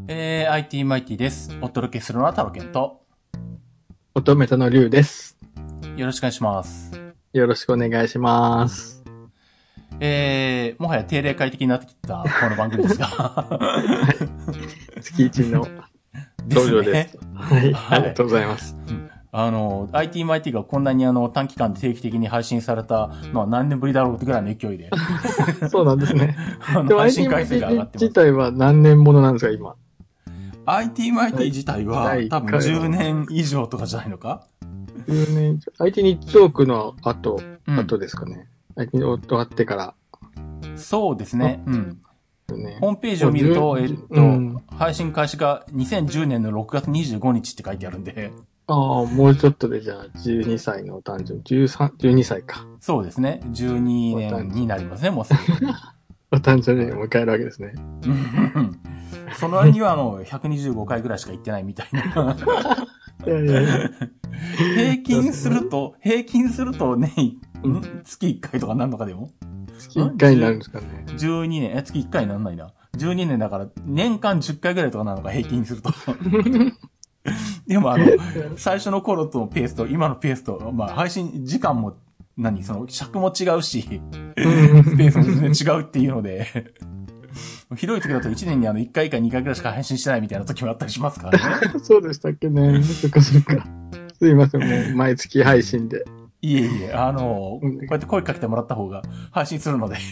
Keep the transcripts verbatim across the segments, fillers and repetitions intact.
えー、アイティー マイティです。お届けするのはタロケンと、 乙女座の龍です。 よろしくお願いします。 よろしくお願いします。 えー、もはや定例会的になってきたこの番組ですが、 はい。月一のです登場です。 ね。 はい。あはい。 りがとうございます。 あの、アイティー マイティがこんなにあの短期間で定期的に配信されたのは何年ぶりだろうってぐらいの勢いで、 そうなんですね。 あの、 でも配信回数が上がアイティー マイティーってます。 自体は何年ものなんですか、今。 アイティー マイティはい。 自体は第1 多分10 回は。 年以上とかじゃないのか。 じゅうねん以上。アイティー 日トークの後、 うん。 後ですかね。アイティー 終わってから。 そうですあ、 ね。うん。 ね。 ホームページもう10、 を見ると、えっじゅううと、 ん。 配信開始がにせんじゅうねんのろくがつにじゅうごにちって書いてあるんで、 ああ、もうちょっとでじゃあじゅうにさいのお誕生日。じゅうさん、じゅうにさいか。 そうですね。12 お誕生日。 年になりますね、もうすぐ。 お誕生日はい。 を迎えるわけですね。 その割には、あの、ひゃくにじゅうごかいぐらいしか行ってないみたいな。 いやいやいや。 平均すると、平均すると年、 うん。 ん月いっかいとかなんのかでも月1 ん回になるんですかね。 じゅうに 年、え、月いっかいになんないな。じゅうにねんだから、年間じゅっかいぐらいとかなのか、平均すると。でもあの、最初の頃とのペースと、今のペースと、まあ、配信時間も、何、その、尺も違うし、スペースも全然違うっていうので、ひどい時だといちねんにあのいっかいかにかいぐらいしか配信してないみたいな時もあったりしますからね。 そうでしたっけね。そっかそっか。すいません、もう毎月配信で。 いえいえ、あの、こうん。 うやって声かけてもらった方が配信するので。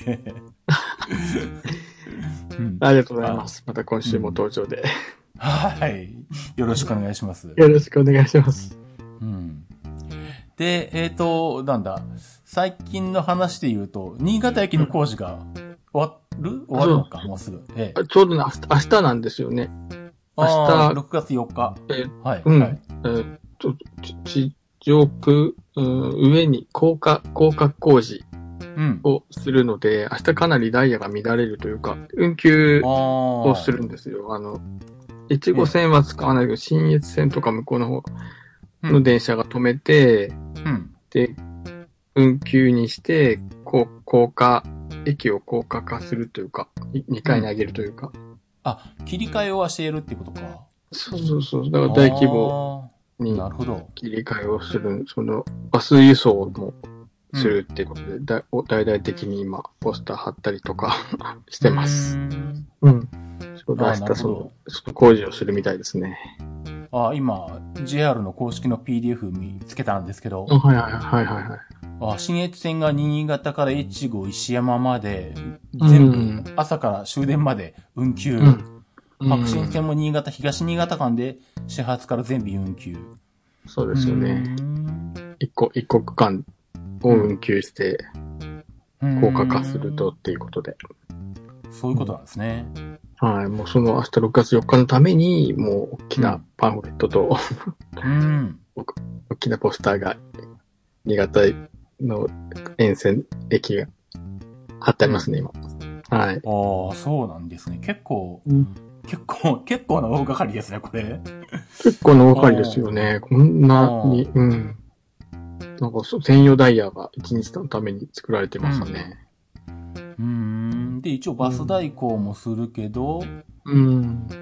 うん。 ありがとうございまあ、 す。また今週もうん。 登場で。 はい。よろしくお願いします。 よろしくお願いします。 うん。で、えっと、なんだ、最近の話で言うと、新潟駅のうん。 工事が終わる終あ、そう。 わるのか、もうすぐ。ええ。 あちょうどね、明日、明日なんですよね。明ああ、 日、 ろくがつよっか。 え、 はい、 うん。 はい。 えーっと、ち地上空、うん、上に高架、高架工事うん。 をするので、明日かなりダイヤが乱れるというか、運休をすああ、 るんですよ。あの、越後ええ。 線は使わないけど、信越線とか向こうの方のうん。 電車が止めて、 うん。 で、運休にして、こう、高架、駅を高架化するというか、にかいに上うん。 げるというか。 あ、切り替えをはしているってことか。 そうそうそう。だから大規模ああ、 になるほど。 切り替えをする、その、バス輸送もするうん。 っていうことで、だ大々的に今、ポスター貼ったりとかしうーてます。 ん。 うん。ちょうど明ああ、なる日その、 ほど。 その工事をするみたいですね。 ああ、今、ジェイアール の公式の ピーディーエフ 見つけたんですけど、 あ、はいはいはいはいはい。 あ、信越線が新潟から越後石山まで、 う全部、 ん。 朝から終電まで運休。 うん。う白新線ん。 も新潟、東新潟間で始発から全部運休。 そうでうーすよね。 ん。 一個、一個区間を運うん。 休して、 うー高架化するとん。 っていうことで。 そういうことなんですね。 はい。もうその明日ろくがつよっかのために、もう大きなうん。 パンフレットとうーん。 大きなポスターが新潟の沿線駅が貼ってあうん。 りますね、今。はい。 ああ、そうなんですね。結構、 うん。 結構、結構な大掛かりですね、これ。 結構なあ分かりですよね。こんあ、 なに、 ああ、 うん。なんかそう専用ダイヤが一日のために作られてうん。 ましたね。 うーん。で、一応バスうん。 代行もするけど、 うん。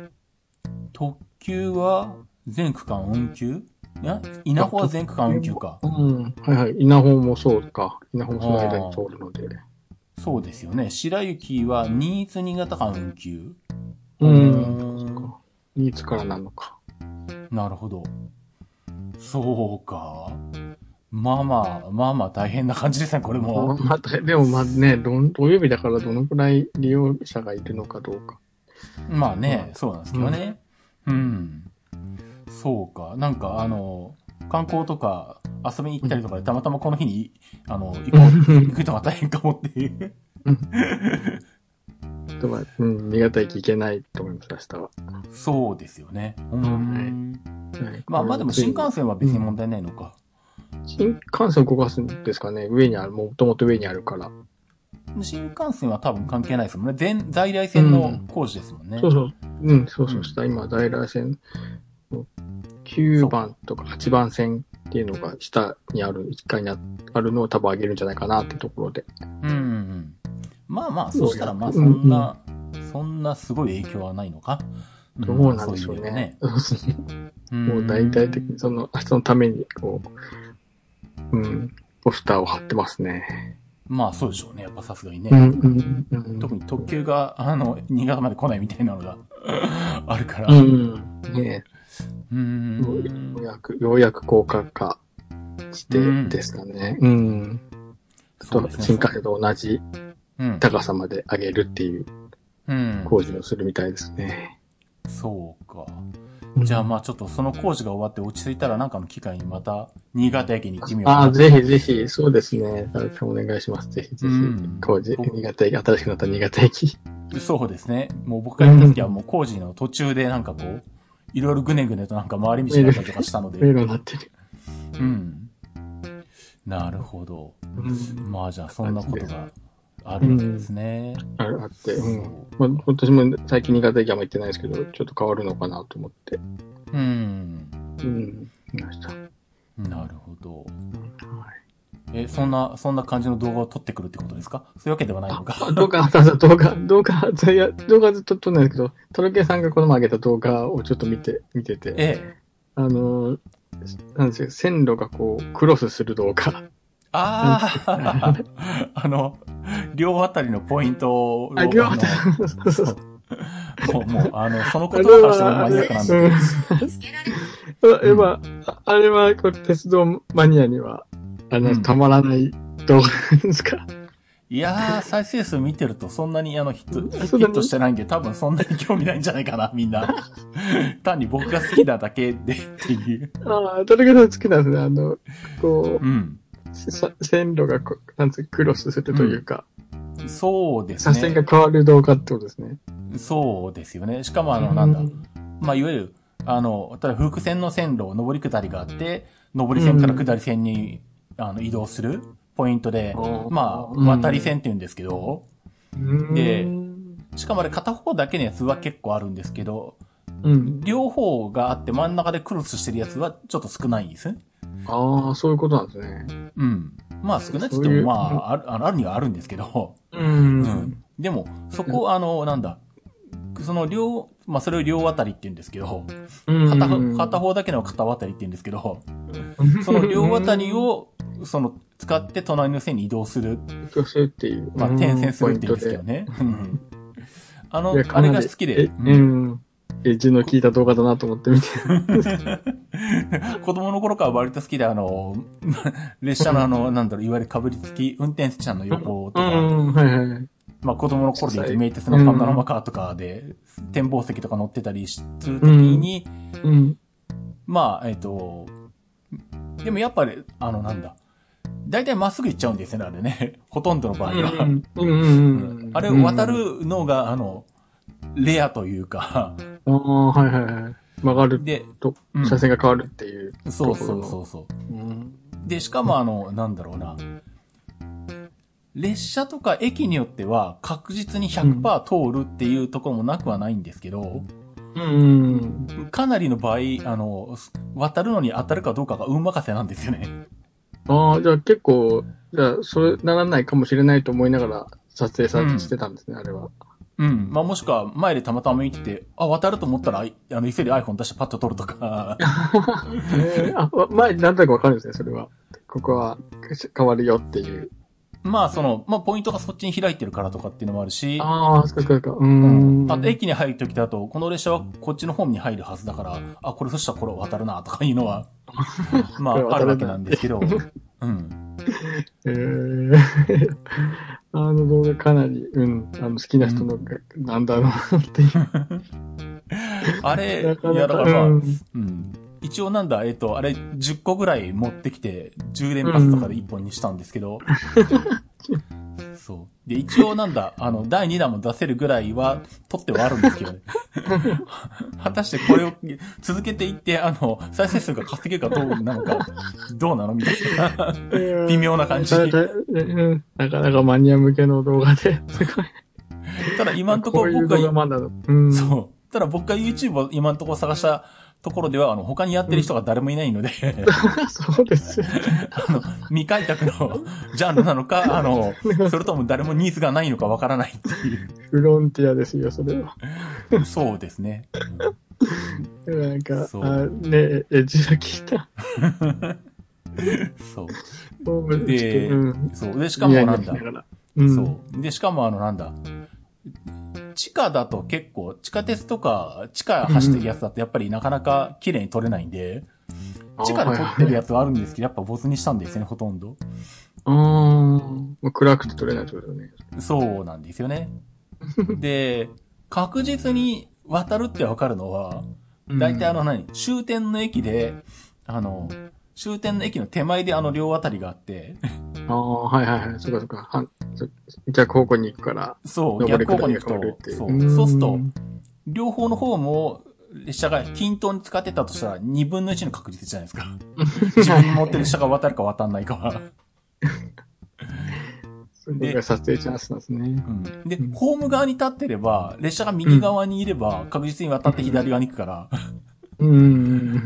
特急は全区間運休いや、稲あ、 穂は特全区間運急も、 休か。 うん。はいはい。稲穂もそうか。稲穂もその間にあ通るので。 あ、そうですよね。白雪は新津新潟間運休。うーうん。そっん。 か。いつからなのか。 なるほど。そうか。まあまあ、まあまあ大変な感じですね、これも。 ままた、でもまあね、どん、土曜日だからどのくらい利用者がいるのかどうか。 まあまあ、 ね、そうなんですうん。 けどね。うん。そうか。なんか、あの、観光とか遊びに行うん。 ったりとかでたまたまこの日に、あの、行うこう、行ん。 くのが大変かもっていう。 うん。とは、うん、新潟駅行けないと思います、明日は。 そうですよね。うーはい。 ん。 はい。これまあまあでもをついに。 新幹線はうん。 別に問題ないのか。 新幹線を動かすんですかね。上にある、もともと上にあるから。 新幹線は多分関係ないですもんね。全、在来う線のん。 工事ですもんね。 そうそう。うん、そうそう。しうん。 た今、在来線の9 そうか。 番とかはちばん線っていうのが下にある、いっかいにあるのを多分上げるんじゃないかなってところで。 うんうんうん。まあまあ、そようやく。 したらまあうんうん。 そんな、そんなすごい影響はないのか。 どうなんでしょうね。もう大々的にその、そのために、こう、うん、ポスターを貼ってますね。 まあそうでしょうね。やっぱさすがにね。 うんうんうん、 特に特急が、あの、新潟まで来ないみたいなのがあるから。 うん。ねうーん。 ようやく、ようやく高架化してですかね。うん。うん、と、ね、新幹線と同じ高さまで上げるっていう工事をするみたいですね。 うん、そうか。じゃあまあちょっとその工事が終わって落ち着いたらなんかの機会にまた新潟駅に行ってみようかな。 ああ、ぜひぜひ、そうですね。お願いします。ぜひぜひ、工事、新潟駅、新しくなった新潟駅。 そうですね。もう僕が行った時はもう工事の途中でなんかこう、いろいろぐねぐねとなんか回り道があったりとかしたので。 迷路になってる。 うん。なるほど。うん、まあじゃあそんなことがあるわけですね。 うん、あるあって。うん。まあ、私も最近新潟駅はあんま行ってないですけど、ちょっと変わるのかなと思って。 うん。 うん。見ました。 なるほど。え、そんな、そんな感じの動画を撮ってくるってことですか？そういうわけではないのか。 動画、動画、動画、いや、動画ずっと撮んないですけど、トロケさんがこの前上げた動画をちょっと見て、見てて。ええ。あの、なんですよ、線路がこう、クロスする動画。 ああ、あの、両あたりのポイントを。 あ、両あたり。そうそう。 もう、もう、あの、その言葉からしてもマニアックなんだけど。 あれは、あれは、こう、鉄道マニアには、あの、うん、たまらない動画ですか？ いやー、再生数見てるとそんなにあのヒット、ヒットしてないんで多分そんなに興味ないんじゃないかな、みんな。単に僕が好きなだけでっていう。 ああ、どれぐらい好きなんですね。あの、こう、 うん、 線路がこう、なんつうクロスするというか。 うん、そうですね。 車線が変わる動画ってことですね。 そうですよね。しかもあの、なんだ、まあ、いわゆる、あの、ただ複線の線路、上り下りがあって、上り線から下り線に、うん、あの移動するポイントで、まあ、渡り線って言うんですけど、うん、で、しかもあれ片方だけのやつは結構あるんですけど、うん、両方があって真ん中でクロスしてるやつはちょっと少ないんですね。 ああ、そういうことなんですね。 うん。まあ少なくてもまあ、ある、あるにはあるんですけど、 うん、うん。 でも、そこ、あの、なんだ、その両、まあそれを両渡りって言うんですけど、片方、片方だけの片渡りって言うんですけど、その両渡りを、その、使って隣の線に移動する。 移動するっていう。 まあ転線するって言うんですけどね。あの、あれが好きで。 うん。エッジの効いた動画だなと思って見て。 子供の頃から割と好きで、あの、列車のあの、なんだろう、いわゆるかぶりつき、運転手さんの横とか、 うんはいはい、 まあ子供の頃で言うと名鉄のパンダラマカーとかで、展望席とか乗ってたりするときに、うんうん、まあ、えっと、でもやっぱり、あの、なんだ、大体まっすぐ行っちゃうんですよね、あれね。ほとんどの場合は。あれを渡るのが、あの、レアというか。 ああ、はいはいはい。曲がると、車線が変わるっていう、 うん。そうそうそうそう、うん。で、しかもあの、なんだろうな。列車とか駅によっては確実に ひゃくパーセント 通るっていうところもなくはないんですけど、うん、かなりの場合、あの、渡るのに当たるかどうかが運任せなんですよね。 ああ、じゃあ結構、じゃあ、それならないかもしれないと思いながら撮影さしてたんですね、うん、あれは。 うん。まあ、もしくは、前でたまたま見てて、あ、渡ると思ったら、あの、急いで iPhone 出してパッと撮るとか。 えー、あ、前なんとなくわかるんですね、それは。ここは変わるよっていう。 まあ、その、まあ、ポイントがそっちに開いてるからとかっていうのもあるし。 ああ、そうかそうか。うん。 あと、駅に入るときだと、この列車はこっちのホームに入るはずだから、あ、これそしたらこれ渡るな、とかいうのは、まあ、あるわけなんですけど。うん。 えー、あの動画かなり、うん、あの好きな人の、うん、なんだろうなっていう。 あれ、なかなかいや、だからまあ、うん、うん。一応なんだ、えっと、あれじゅっこぐらい持ってきて、充電パスとかでいっぽんにしたんですけど、うん、そう。で、一応なんだ、あの、だいにだんも出せるぐらいは、取ってはあるんですけどね。果たしてこれを続けていって、あの、再生数が稼げるかどうなのか、どうなのみたいな。微妙な感じ。 なかなかマニア向けの動画で、すごい。 ただ今んところ僕が、 うん、 そう。ただ僕が YouTube を今んところ探したところでは、あの、他にやってる人が誰もいないので、 うん、そうです。 あの、未開拓のジャンルなのか、あの、それとも誰もニーズがないのかわからないっていう。 フロンティアですよ、それは。 そうですね。 なんか、あ、ね、エッジが効いた。 そう。で、うん、そう。で、しかもなんだ。 うん、 そう。で、しかもあの、なんだ。地下だと結構、地下鉄とか、地下走ってるやつだとやっぱりなかなか綺麗に撮れないんで、うん、地下で撮ってるやつはあるんですけど、やっぱ没にしたんですよね、ほとんど。 あー、暗くて撮れないってことだね。 そうなんですよね。で、確実に渡るってわかるのは、大体あの何、終点の駅で、あの、終点の駅の手前であの両渡りがあって。 ああ、はいはいはい。そうかそうか。は逆方向に行くから。 そう、逆方向に行くと、そう。そうすると、両方の方も、列車が均等に使ってたとしたらにぶんのいちの確率じゃないですか。自分の乗ってる列車が渡るか渡んないかは。 で、撮影チャンスなんですね。 うん。で、うん、ホーム側に立ってれば、列車が右側にいれば、確実に渡って左側に行くから、 うん。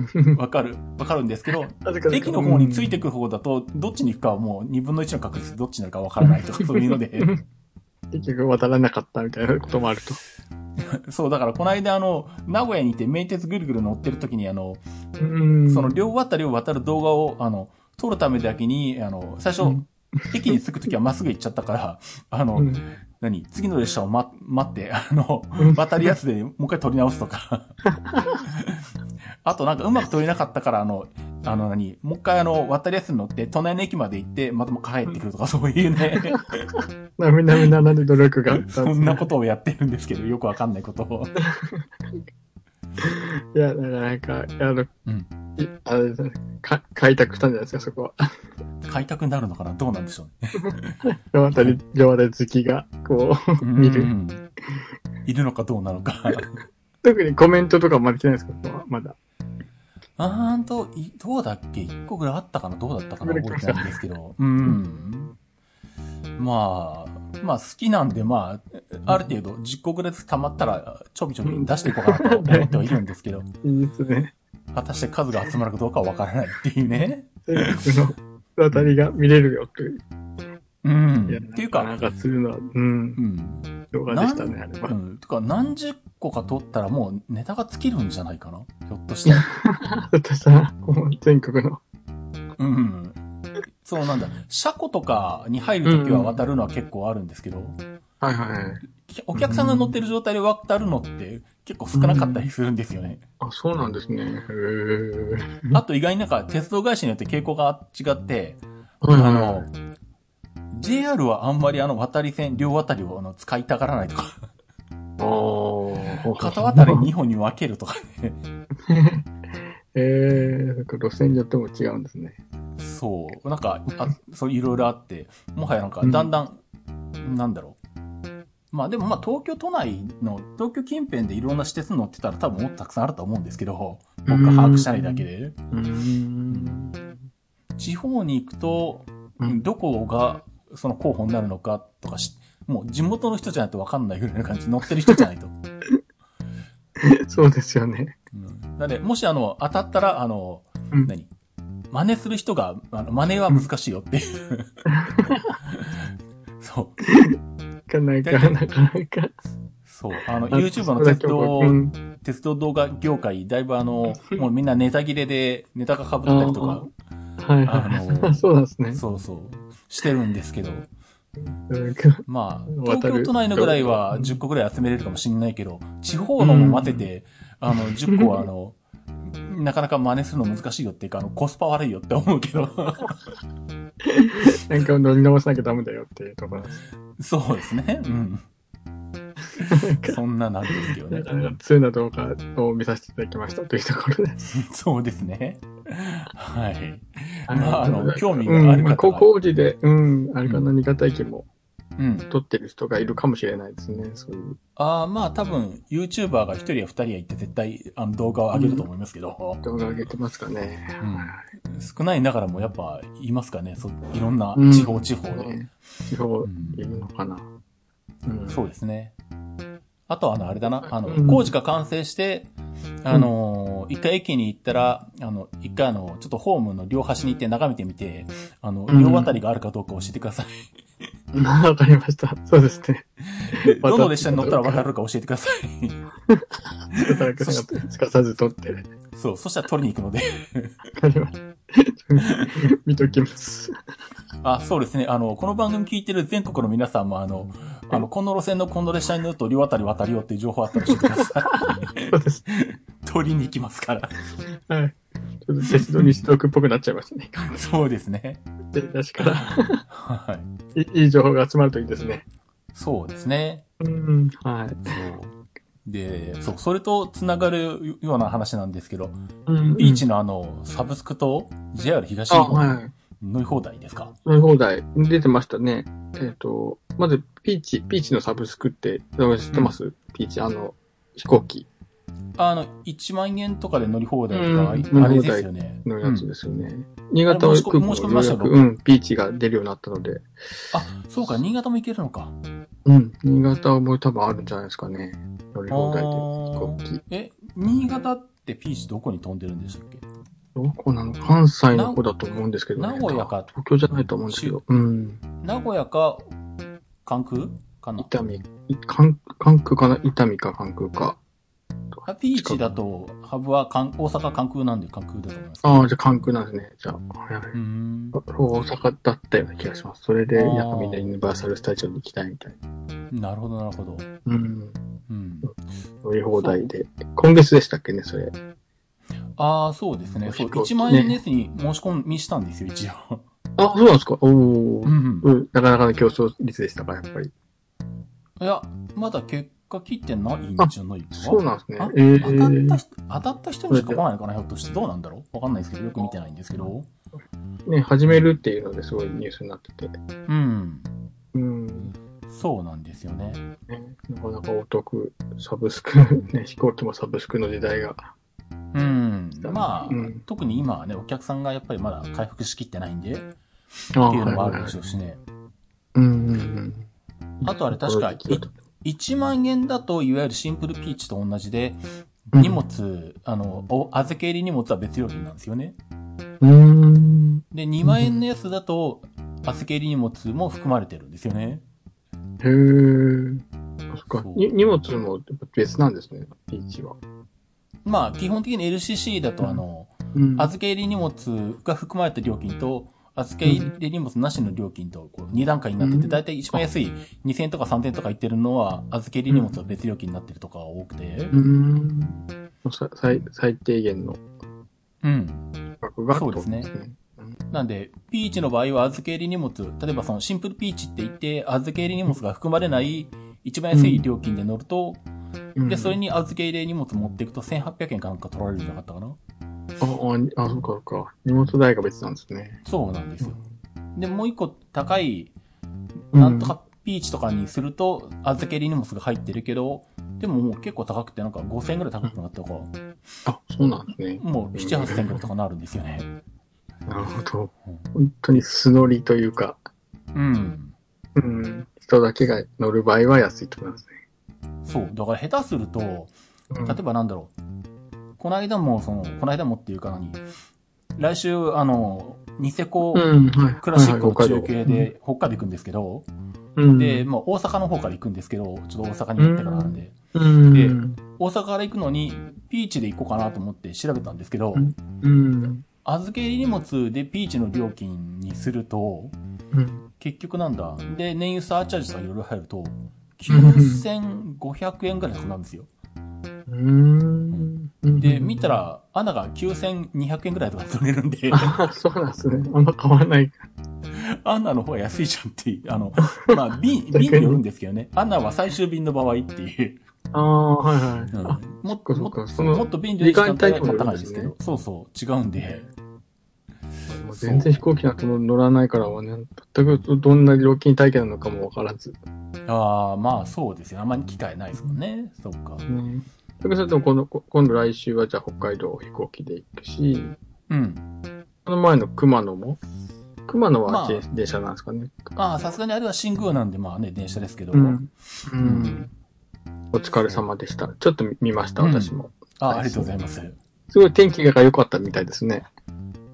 わかる、わかるんですけど、駅の方についてくる方だと、どっちに行くかはもうにぶんのいちの確率でどっちになるかわからないとか、そういうので。 結局渡らなかったみたいなこともあると。そう、だからこの間あの、名古屋にいて名鉄ぐるぐる乗ってる時にあの、その両渡りを渡る動画を、あの、撮るためだけに、あの、最初、うん駅に着くときはまっすぐ行っちゃったから、あの、うん、何次の列車を、ま、待って、あの、渡るやつでもう一回撮り直すとか。あとなんかうまく撮れなかったから、あの、あの何もう一回あの、渡るやつに乗って、隣の駅まで行って、またもう帰ってくるとか、そういうね。 なみなみならぬ努力が。 そんなことをやってるんですけど、よくわかんないことを。 いや、だからなんか、あの、うん、あれか開拓したんじゃないですか、そこは。 開拓になるのかなどうなんでしょうね。両渡り、両渡り好きが、こう、見る。 いるのかどうなのか。 特にコメントとかまで来てないですかまだ。 あーんと、どうだっけ一個ぐらいあったかなどうだったかな覚えてないんですけど。うん。まあ、まあ好きなんで、まあ、ある程度じゅっこぐらい溜まったら、ちょびちょび出していこうかなと思ってはいるんですけど。 いいですね。 果たして数が集まるかどうかはわからないっていうね。 全国の渡りが見れるよっていう。 うん。っていうか、 なんかするのは、うん。うん。動画でしたね、あれは。 うん。てか、何十個か撮ったらもうネタが尽きるんじゃないかなひょっとしたら。 ひょっとしたら、全国の。 うん。そうなんだ。車庫とかに入るときは渡るのは結構あるんですけど。うんうん、はいはい。 お客さんが乗ってる状態で渡るのって結構少なかったりするんですよね。 うん、あ、そうなんですね。へあと意外になんか鉄道会社によって傾向が違って、はいはい、あの、ジェイアール はあんまりあの渡り線、両渡りをあの使いたがらないとか。片渡りにほんに分けるとかね。 えー、なんか路線によっても違うんですね。 そう。なんか、あそういろいろあって、もはやなんかだんだん、うん、なんだろう。まあでもまあ東京都内の、東京近辺でいろんな施設乗ってたら多分もっとたくさんあると思うんですけど、僕が把握したいだけで。うん、地方に行くと、どこがその候補になるのかとかし、もう地元の人じゃないと分かんないぐらいな感じ、乗ってる人じゃないと。 そうですよね。 うん、なので、もしあの、当たったら、あの、うん、何真似する人が、あの、真似は難しいよっていう。そう。 なかなか、なかなか。 そう。あの、YouTube の鉄道、うん、鉄道動画業界、だいぶあの、もうみんなネタ切れで、ネタが被ったりとか。 はいはい。あの、そうなんですね。 そうそう。してるんですけど。まあ、東京都内のぐらいはじゅっこぐらい集めれるかもしれないけど、地方のも待てて、うん、あの、じゅっこはあの、なかなか真似するの難しいよっていうか、あの、コスパ悪いよって思うけど。 なんか乗り直さなきゃダメだよっていうところです。 そうですね。うん。そんななんですよね。 通な動画を見させていただきましたというところです。 そうですね。はい。まあ、あの、興味がある方が、うんまあ、 工事で、うん、あれかな、新潟駅も、うん。撮ってる人がいるかもしれないですね、そういう。 ああ、まあ多分、YouTuber が一人や二人はいて絶対、あの、動画を上げると思いますけど。 うん、動画上げてますかね。 うん。少ないながらもやっぱ、いますかね、そいろんな地方地方で。うん、 地方、いるのかな、 うんうん。そうですね。あとはあの、あれだな、あの、工事が完成して、あの、一回駅に行ったら、あの、一回あの、ちょっとホームの両端に行って眺めてみて、あの、両渡りがあるかどうか教えてください。 わかりました。そうですね。 でどの列車に乗ったらわかるか教えてください。 そしてすかさず取って。 そう、そしたら取りに行くので。 わかりました。見ときます。 あ、そうですね。あの、この番組聞いてる全国の皆さんも、あの、あの、この路線のこの列車に乗ると両渡り渡りよっていう情報あったら教えてください。 そうです。 取りに行きますから。 はい。ちょっと鉄道西東区っぽくなっちゃいましたね。 そうですね。 で、確から。 はい。 いいい情報が集まるといいですね。 そうですね。 うん、はい。そう。 で、そう、それと繋がるような話なんですけど、 うんうん、 ビーチのあの、サブスクと ジェイアール 東日本乗り放題ですか？ 乗り放題。出てましたね。えっ、ー、と、まず、ピーチ、ピーチのサブスクって、知ってます、うん、ピーチ、あの、飛行機。 あの、いちまんえんとかで乗り放題とか、うん、あれですよね。 のやつですよね。うん、新潟は空港の予約、うん、ピーチが出るようになったので。 あ、そうか、新潟も行けるのか。 うん、新潟も多分あるんじゃないですかね。乗り放題で飛行機。 え、新潟ってピーチどこに飛んでるんでしたっけ？ どこなの？関西の方だと思うんですけどね。 名古屋か。 東京じゃないと思うんですけど。うん。 名古屋か、関空かな？ 伊丹、関、関空かな？伊丹か関空か。 ピーチだと、ハブは大阪関空なんで関空だと思います。 ああ、じゃあ関空なんですね。じゃあ、はいはい。うん、大阪だったような気がします。それで、やっぱみんなユニバーサルスタジオに行きたいみたいな。なるほど、なるほど。 うん。うん。乗り放題で。今月でしたっけね、それ。 ああ、そうですね。そう、いちまんえんのやつに申し込みしたんですよ、一応。 あ、そうなんですか？おー。うん、うん。なかなかの競争率でしたか、やっぱり。 いや、まだ結果切ってないんじゃないか。 そうなんですね。 えー、当たった人、当たった人にしか来ないのかな、ひょっとして。どうなんだろうわかんないですけど、よく見てないんですけど。 ね、始めるっていうのですごいニュースになってて。 うん。 うん。 そうなんですよね。 ね、なかなかお得、サブスク、ね、飛行機もサブスクの時代が。 うん。まあ、うん、特に今はね、お客さんがやっぱりまだ回復しきってないんで、っていうのもあるでしょうしね。 うんうんうん。 あとあれ確か、いちまんえんだと、いわゆるシンプルピーチと同じで、荷物、うん、あの、お預け入り荷物は別料金なんですよね。 うーん。 で、にまんえんのやつだと、預け入り荷物も含まれてるんですよね。 へー。そっか。に荷物も別なんですね、ピーチは。 まあ、基本的に エルシーシー だと、あの、うん、預け入り荷物が含まれた料金と、預け入り荷物なしの料金と、こう、に段階になってて、だいたい一番安いにせんえんとかさんぜんえんとか言ってるのは、預け入り荷物は別料金になってるとかが多くて。 うん。最、最低限の。 うん。額が、そうですね。なんで、ピーチの場合は預け入り荷物、例えばそのシンプルピーチって言って、預け入り荷物が含まれない一番安い料金で乗ると、うん、で、それに預け入れ荷物持っていくとせんはっぴゃくえんかなんか取られるんじゃなかったかな。 あ、あ、あ、そうか、そうか。荷物代が別なんですね。 そうなんですよ。うん、で、もう一個高い、なんとかピーチとかにすると、預け入り荷物が入ってるけど、でももう結構高くてなんかごせんえんぐらい高くなったとか。 あ、そうなんですね。 もうなな、はっせんえんぐらいとかなるんですよね。 なるほど。本当に素乗りというか。 うん。 うん。人だけが乗る場合は安いと思いますね。 そう。だから下手すると、例えばなんだろう。この間も、その、この間もっていうか何来週、あの、ニセコクラシックの中継で北海道行くんですけど、うん、で、まあ大阪の方から行くんですけど、ちょっと大阪に行ってからなんで、うん、で、大阪から行くのに、ピーチで行こうかなと思って調べたんですけど、うん、預け入り荷物でピーチの料金にすると、うん、結局なんだ、で、燃油サーチャージとかいろいろ入ると、きゅうせんごひゃくえんぐらいかかるんですよ。 うーんで、見たら、アナがきゅうせんにひゃくえんぐらいとか取れるんで。 あ、そうなんですね。あんま変わらない。 アナの方が安いじゃんっていう。あの、まあ、便、便によるんですけどね。アナは最終便の場合っていう。 ああ、はいはい。うん、 もっと、もっと、もっと便利な時間帯が高いんですけど。そうそう、違うんで。 もう全然飛行機なんて乗らないからはね、全くどんな料金体系なのかもわからず。 ああ、まあそうですよ。あんまり機会ないですもんね。そうか。 うん。だけど、今度、今度来週はじゃあ北海道飛行機で行くし、 うん。 この前の熊野も熊野は、まあ、電車なんですかね。 ああ、さすがにあれは新宮なんで、まあね、電車ですけど。 うん。うん。お疲れ様でした。ちょっと見ました、私も。 ああ、ありがとうございます。 すごい天気が良かったみたいですね。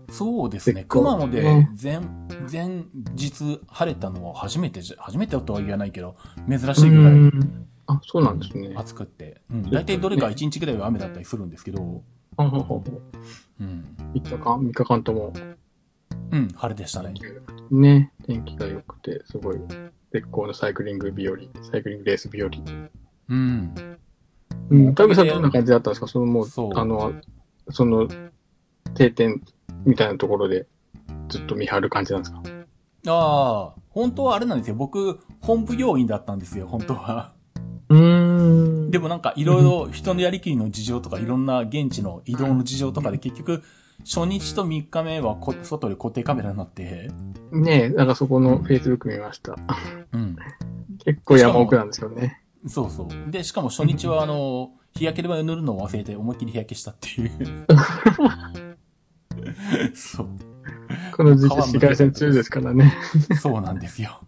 そうですね。熊野で前、前日晴れたのは初めてじゃ、初めてとは言わないけど、珍しいぐらい。 あ、そうなんですね。 うん、暑くって。うん。大体どれかいちにちぐらいは雨だったりするんですけど。 はははうん。みっかかん、みっかかんとも。 うん、晴れでしたね。 ね、天気が良くて、すごい、絶好のサイクリング日和、サイクリングレース日和。 うん。 うん。田辺さんどんな感じだったんですか？そのもう、うあの、その、定点みたいなところでずっと見張る感じなんですか？ ああ、本当はあれなんですよ。僕、本部要員だったんですよ、本当は。 うーん。 でもなんかいろいろ人のやりきりの事情とかいろんな現地の移動の事情とかで結局、初日とみっかめはこ外で固定カメラになって。 ねえ、なんかそこの Facebook 見ました。 うん。 結構山奥なんですよね。 そうそう。で、しかも初日はあの、日焼け止めを塗るのを忘れて思いっきり日焼けしたっていう。そう。 この時期紫外線強いですからね。 そうなんですよ。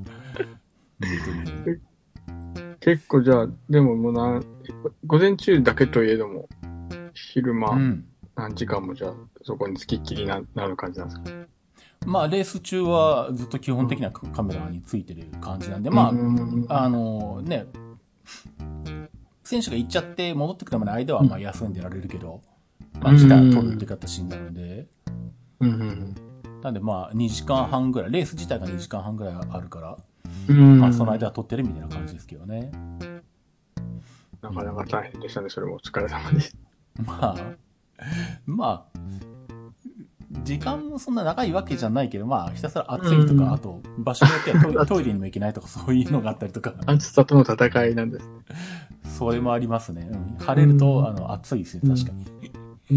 結構じゃあ、でももうな、午前中だけといえども、昼間、何時間もじゃあ、そこに付きっきりななる感じなんですか？ まあ、レース中はずっと基本的なカメラについてる感じなんで、まあ、あのね、選手が行っちゃって戻ってくるまでの間はまあ休んでられるけど、まあ、来たら撮るって形になるんで、なんでまあ、にじかんはんぐらい、レース自体がにじかんはんぐらいあるから、まあ、その間は撮ってるみたいな感じですけどね。 なかなか大変でしたね、それもお疲れ様です。 まあ、まあ、時間もそんな長いわけじゃないけど、まあ、ひたすら暑いとか、あと、場所によってはトイトイレにも行けないとか、そういうのがあったりとか。 暑さとの戦いなんです。 それもありますね。うん、晴れると、あの、暑いですね、確かに。 うん。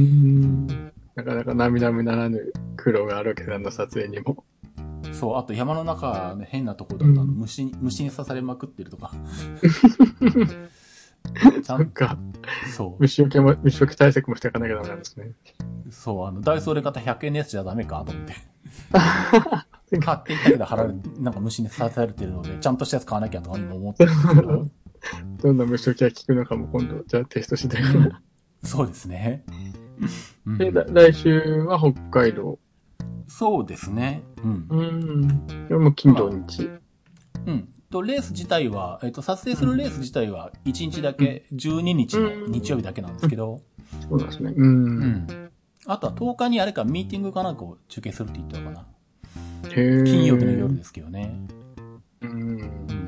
なかなか涙目ならぬ苦労があるわけだな、撮影にも。 そう、あと山の中の変なところだと、うん、虫に、虫に刺されまくってるとか。 そっか。そう。虫除けも、虫除け対策もしていかなきゃダメなんですね。 そう、あの、ダイソーで買ったひゃくえんのやつじゃダメかと思って。買っていったけど、貼られ、なんか虫に刺されてるので、ちゃんとしたやつ買わなきゃとかにも思ってるんですけど。 どんな虫除けが効くのかも今度、じゃあテストして。 そうですね。 で、来週は北海道。 そうですね。うん。 うん。これも金土日。 まあ、うん。と、レース自体は、えっと、撮影するレース自体はいちにちだけ、じゅうににちの日曜日だけなんですけど。 そうですね。うん。 うん。あとはとおかにあれか、ミーティングかなんかを中継するって言ったのかな。へー。金曜日の夜ですけどね。 うん。うん。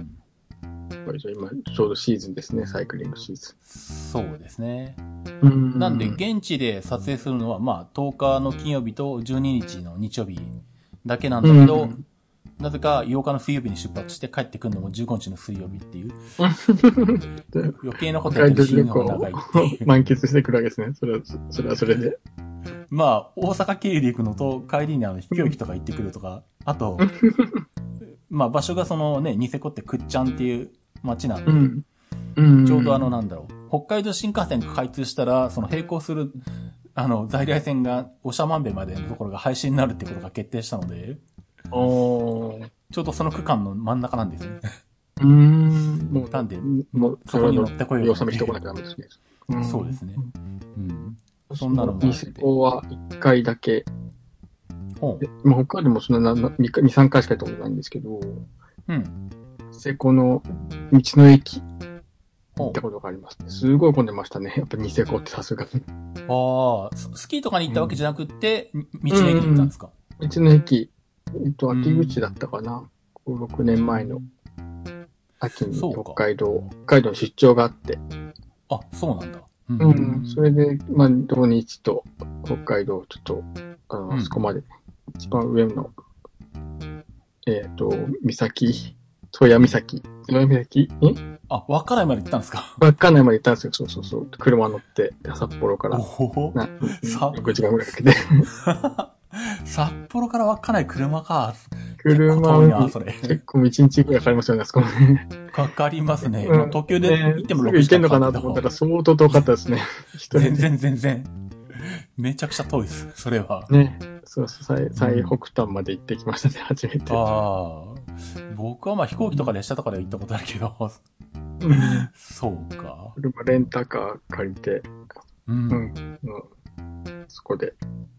これじゃ今、ちょうどシーズンですね、サイクリングシーズン。そうですね。うん。なんで、現地で撮影するのは、まあ、とおかの金曜日とじゅうににちの日曜日だけなんだけど、うん、なぜかようかの水曜日に出発して帰ってくるのもじゅうごにちの水曜日っていう。余計なことやってる日の方が長いっていう。 満喫してくるわけですね。それは、それはそれで。 まあ、大阪経由で行くのと、帰りにあの飛行機とか行ってくるとか、あと、まあ場所がそのね、ニセコってくっちゃんっていう街なんで、うんうん、ちょうどあのなんだろう、北海道新幹線が開通したら、その並行する、あの、在来線が長万部までのところが廃止になるってことが決定したので、おちょうどその区間の真ん中なんですね。うーん。もう、なんで、もう、そこに乗ってこようと思って。そうですね。 うん。そんなのもあって。ニセコはいっかいだけ。まあ、北海道もそんなに、さんかいしか行ったことないんですけど、うん。ニセコの道の駅行ったことがありますね。すごい混んでましたね。やっぱニセコってさすがに。 ああ、スキーとかに行ったわけじゃなくて、うん、道の駅に行ったんですか？ 道の駅。えっと、秋口だったかな。ご、ろくねんまえの秋に北海道、北海道に出張があって。 あ、そうなんだ。 うん。うん、それで、まあ、土日と北海道、ちょっと、あの、うん、そこまで、一番上の、えっ、ー、と、岬、戸谷岬、戸谷岬んあ、稚内まで行ったんですか？ 稚内まで行ったんですよ。そうそうそう。車乗って、札幌から。おほな、 さ、ろくじかんぐらいかけて。 札幌から稚内車か。 車は結構一日ぐらいかかりますよね、あそこね。 かかりますね。うん、東京で行ってもろくじかんかかる。行けんのかなと思ったら相当遠かったですね。 全然全然。めちゃくちゃ遠いです、それは。 ね。そうそう、最、最北端まで行ってきましたね、初めて。ああ。僕はまあ飛行機とか列車とかで行ったことあるけど。うん、そうか。 車レンタカー借りて、うん。うん。うん、そこで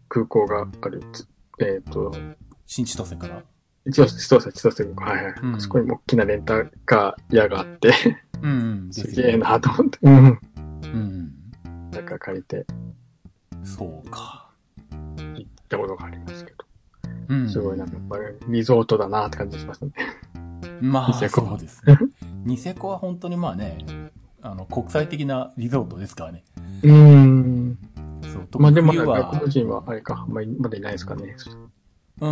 空港がある、えっ、ー、と、 新千歳から。 一応、千歳、千歳、はいはい。うん、あそこにも大きなレンタカー屋があって、うん、うん、すげえなと思って。うん。うん。なんか借りて。 そうか。 行ったことがありますけど。うん。すごいなんかやっぱりリゾートだなって感じしましたね。 まあ、そうですね。ニセコは本当にまあね、あの、国際的なリゾートですからね。 うーん。 そう、 まあでも外国人はあれか、まだいないですかね。 うん。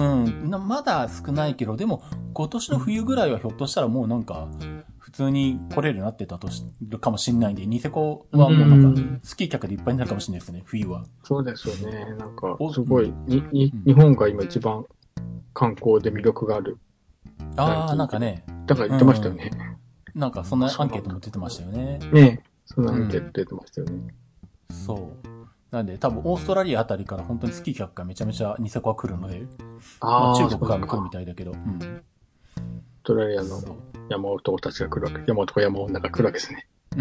まだ少ないけど、でも今年の冬ぐらいはひょっとしたらもうなんか、普通に来れるようになってたとしるかもしれないんで、ニセコはもうなんか、スキー客でいっぱいになるかもしれないですね、冬は。 そうですよね。なんか、すごい、に、に、日本が今一番観光で魅力がある。 ああ、なんかね。 だから言ってましたよね。 うん、なんかそんなアンケートも出てましたよね。 ねえ。そんなアンケート出てましたよね。 うん、そう。なんで多分オーストラリアあたりから本当にスキー客がめちゃめちゃニセコは来るので。あまあ、中国からも来るみたいだけど。うん。オーストラリアの山男たちが来るわけ。山男山女が来るわけですね。うん。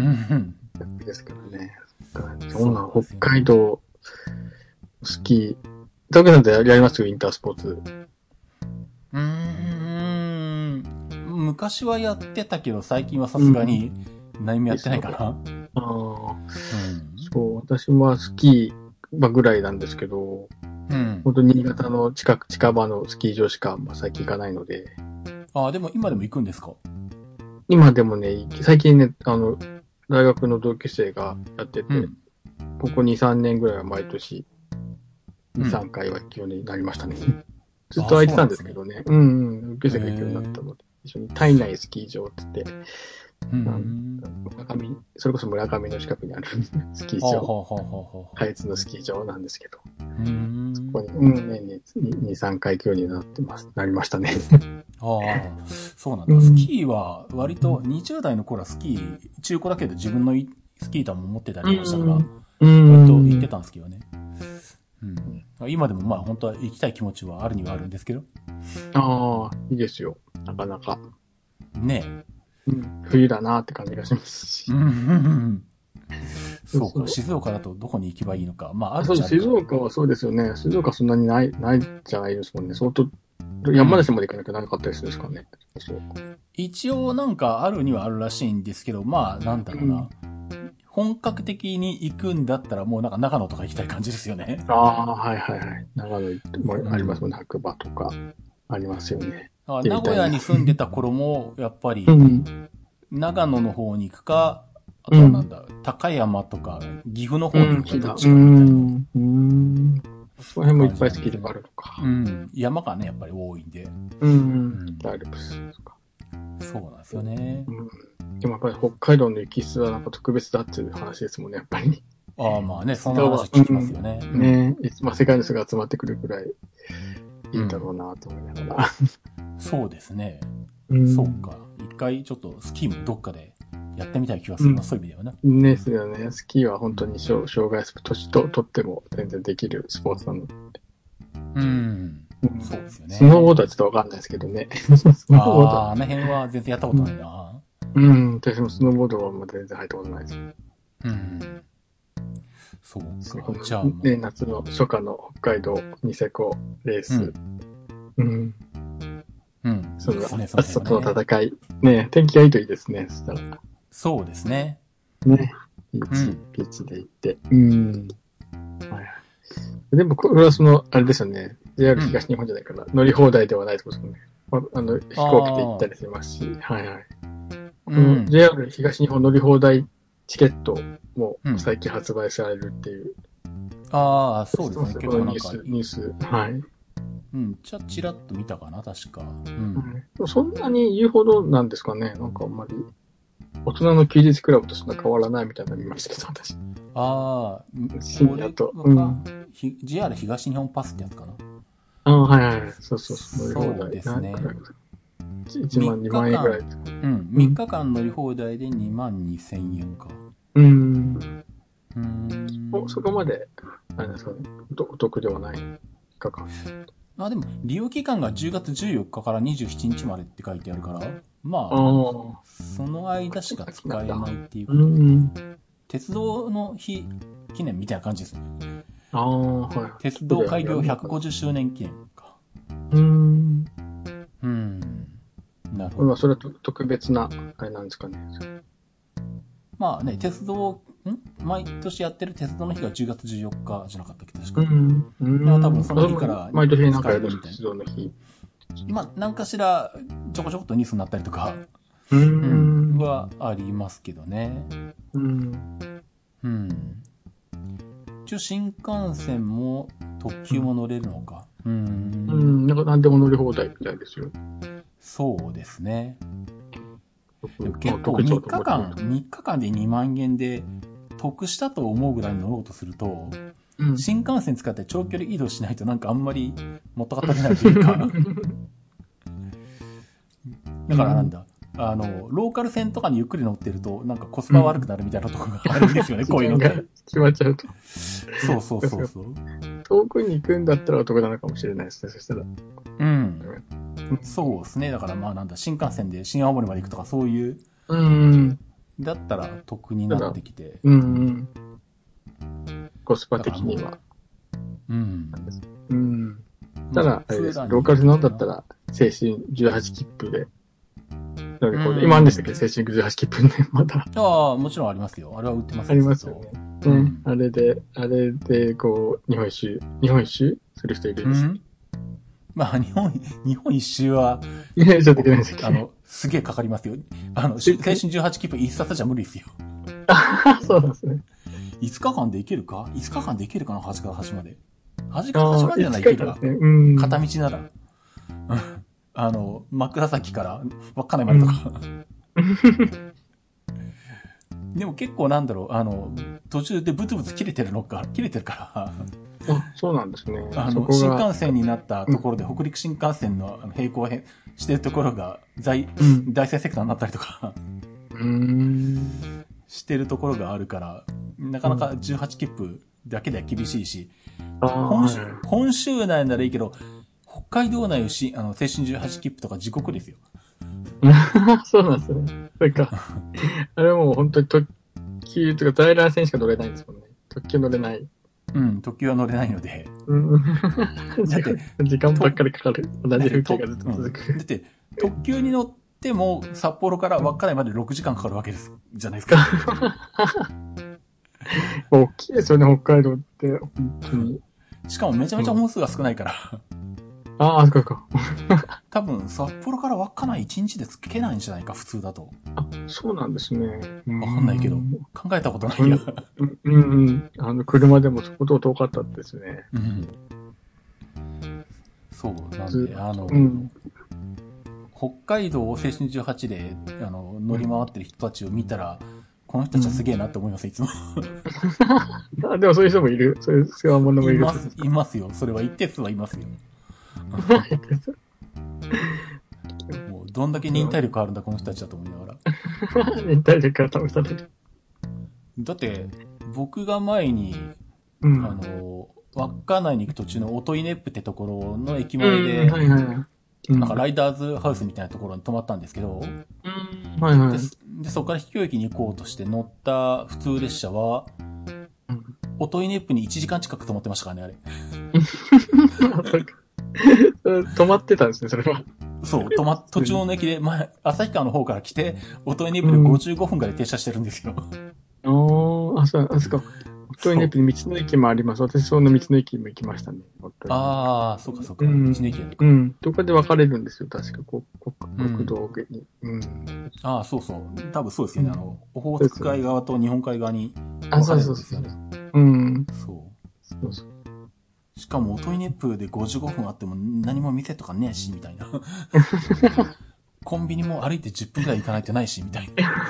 ですからね。そうなん、北海道、スキー。だけなんでやりますよ、インタースポーツ。 うーん。昔はやってたけど、最近はさすがに何もやってないかな。ああ、うん。そう、私はスキーぐらいなんですけど、うん。本当に新潟の近く、近場のスキー場しか、まあ、最近行かないので。 ああ、でも今でも行くんですか？ 今でもね、最近ね、あの、大学の同級生がやってて、うん、ここに、さんねんぐらいは毎年、に、さんかいは行くようになりましたね。うん、ずっと空いてたんですけどね。う, ねうんうん。同級生が行くようになったので、一緒に体内スキー場って言って、うん、村上、それこそ村上の近くにあるスキー場。下越のスキー場なんですけど。うんそこに、うん、年にに、さんかい行くようになってます、なりましたね。ああ、そうなんだ。スキーは割とにじゅう代の頃はスキー、中古だけど自分のスキー板も持ってたりとかしたから、割と行ってたんですけどね。うん、今でもまあ本当は行きたい気持ちはあるにはあるんですけど。 ああ、いいですよ。なかなか。 ねえ。 うん、冬だなって感じがしますし。うんうんうんそうか、静岡だとどこに行けばいいのか。まあ、あるっちゃあるか。 静岡はそうですよね。静岡そんなにない、ないじゃないですもんね。相当、山梨まで行かなきゃならなかったりするんですかね。 そう。一応なんかあるにはあるらしいんですけど、まあ、なんだろうな。うん、本格的に行くんだったらもうなんか長野とか行きたい感じですよね。 ああ、はいはいはい。長野行ってもありますもんね。白馬とかありますよね。 あ名古屋に住んでた頃も、やっぱり、長野の方に行くか、あとはなんだ、うん、高山とか、岐阜の方に行くかどっちかみたいな。うん。うん。 その辺もいっぱいスキルがあるのか。 うん。山がね、やっぱり多いんで。 うん。アルプスとか。 そうなんですよね。 うん。でもやっぱり北海道の雪質はなんか特別だっていう話ですもんね、やっぱり。 ああ、まあね、そんな話聞きますよね。 うん、ねえ、まあ世界の人が集まってくるくらいいいんだろうなと思いながら。 うん、そうですね。うん、そうか。一回ちょっとスキーもどっかでやってみたい気がするな、うん、そういう意味ではね。 ですよね。スキーは本当に障害スポーツ、年ととっても全然できるスポーツなので。 うん。うん、そうですよね。 スノーボードはちょっとわかんないですけどね。 ああ、あの辺は全然やったことないな。 うん、うん、私もスノーボードはまだ全然入ったことないです。うん。 そうか。じゃあ、 ね、夏の初夏の北海道ニセコレース。うん。うんうん。その、暑さとの戦い。ね、天気がいいといいですね、そしたら。 そうですね。 ね。ビーチ、うん、ビーチで行って。うん。はい。でも、これはその、あれですよね。ジェイアール 東日本じゃないかな。うん、乗り放題ではないってことですね。あの、飛行機で行ったりしますし。はいはい。この ジェイアール 東日本乗り放題チケットも最近発売されるっていう。 うん、ああ、そうですね。 結構なんか。ニュース、ニュース。はい。 うん、ちゃ、ちらっと見たかな、確か。うん。 うん、そんなに言うほどなんですかね。なんかあんまり、大人の休日クラブとそんな変わらないみたいなの見ましたけど、私。 ああ、 深夜と。うん。 ジェイアール 東日本パスってやつかな。 ああ、はいはい。そうそうそう。 そうですね。 いちまん、にまん円ぐらい。 うん。みっかかん乗り放題でにまんにせんえんか。 うん。うん。お、そこまで、あれですかね。お得ではない。みっかかん。 あ、でも、利用期間がじゅうがつじゅうよっかからにじゅうしちにちまでって書いてあるから、まあ、あその間しか使えないっていうことで、うん、鉄道の日記念みたいな感じですね。 ああ、はい。 鉄道開業ひゃくごじゅっしゅうねん記念か。 うーん。 うん。なるほど。 まあ、それは特別な、あれなんですかね。 まあね、鉄道、ん毎年やってる鉄道の日がじゅうがつじゅうよっかじゃなかったっけ、確か。 うん。うん。 多分その日から毎年なんかやる鉄道の日。 まあ、何かしらちょこちょこっとニュースになったりとか、 うん、 うん、はありますけどね。 うん。 うん。一応新幹線も特急も乗れるのか。うん。 うん、なんか何でも乗り放題みたいですよ。 そうですね。でも結構みっかかん、みっかかんでにまんえんで得したと思うぐらい乗ろうとすると、うん、新幹線使って長距離移動しないとなんかあんまりもったかったりないというか。だからなんだ、うん、あの、ローカル線とかにゆっくり乗ってるとなんかコスパ悪くなるみたいなところがあるんですよね、うん、こういうのが。 決まっちゃうと。 そうそうそうそう。 遠くに行くんだったらお得なのかもしれないですね、そしたら。 うん。そうですね。だからまあなんだ、新幹線で新青森まで行くとかそういう。うん。だったら得になってきて。 うん、うん。コスパ的には。 うん。 うん。ただ、あれです。ローカルのだったら、青春じゅうはち切符で。なるほど。今あるんでしたっけ、青春じゅうはち切符ね、まだ。 ああ、もちろんありますよ。あれは売ってますよ。ありますよね。うん。あれで、あれで、こう、日本一周、日本一周する人いるんです。うん、 まあ、日本、日本一周は、 いや、ちょっとできないですけど。 あの、すげえかかりますよ。あの、青春じゅうはち切符一冊じゃ無理ですよ。 ああ、そうなんですね。 いつかかんでいけるか ?いつかかんでいけるかな端から端まで。端から端までならいけるか、ね、うん、片道なら。あの、枕崎から稚内までとか。うん、でも結構なんだろう、あの、途中でブツブツ切れてるのか、切れてるから。 あ、そうなんですね。 あの、新幹線になったところで、うん、北陸新幹線の並行してるところが、在、うん、大生セクターになったりとか、うーんしてるところがあるから、なかなかじゅうはち切符だけでは厳しいし、うん、本州、本州内ならいいけど、北海道内をし、あの、青春じゅうはち切符とか地獄ですよ。 そうなんですね。それか。あれはもう本当に特急とか在来線しか乗れないんですもんね。特急乗れない。 うん、特急は乗れないので。 うん、だって、時間ばっかりかかる。同じ風景がずっと続く。 うん、だって、特急に乗っても、札幌から稚内までろくじかんかかるわけです。じゃないですか。 大きいですよね、北海道って。本当に。 しかもめちゃめちゃ本数が少ないから。 ああ、そうか。 多分、札幌から稚内いちにちでつけないんじゃないか、普通だと。 あ、そうなんですね。 わかんないけど、考えたことないや。 うんうん、うん。あの、車でもそこと遠かったですね。 うん。そう、なんで、あの、うん、北海道を青春じゅうはちで、あの、乗り回ってる人たちを見たら、この人たちはすげえなって思います、いつも。 あ、でもそういう人もいる。そういう世話者もいる。 います、いますよ。それは一定数はいますよ。もうどんだけ忍耐力あるんだこの人たちだと思いながら。忍耐力が試される。 だって僕が前に、うん、あの稚内に行く途中の音威ネップってところの駅前で、うんはいはいうん、なんかライダーズハウスみたいなところに泊まったんですけど、うんはいはい、で, でそこから秘境駅に行こうとして乗った普通列車は、うん、音威ネップにいちじかん近く泊まってましたからねあれ。 止まってたんですね、それは。 そう、止ま、途中の駅で、前、旭川の方から来て、音威ネップでごじゅうごふんぐらい停車してるんですよ。 うん、ああ、そう、あそこ。音威ネップに道の駅もあります。私、その道の駅も行きましたね。 ああ、そうかそうか。道の駅やるか。うん。どこで分かれるんですよ、確か、こ国国道に。うん。 ああ、そうそう。多分そうですよね。あの、オホーツク海側と日本海側に分かれるんですよね。 うん。 そう。そうそう。しかも、音威ネップでごじゅうごふんあっても何も店とかねえし、みたいな。コンビニも歩いてじゅっぷんくらい行かないとないし、みたいな。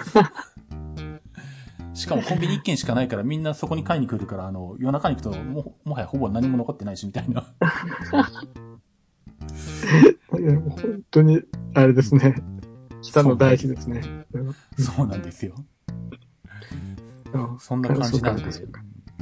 しかもコンビニ一軒しかないからみんなそこに買いに来るから、あの、夜中に行くとも、もはやほぼ何も残ってないし、みたいな。 いや、本当に、あれですね。北の大地ですね。 そうなんですよ。そんな感じなんで。 うん、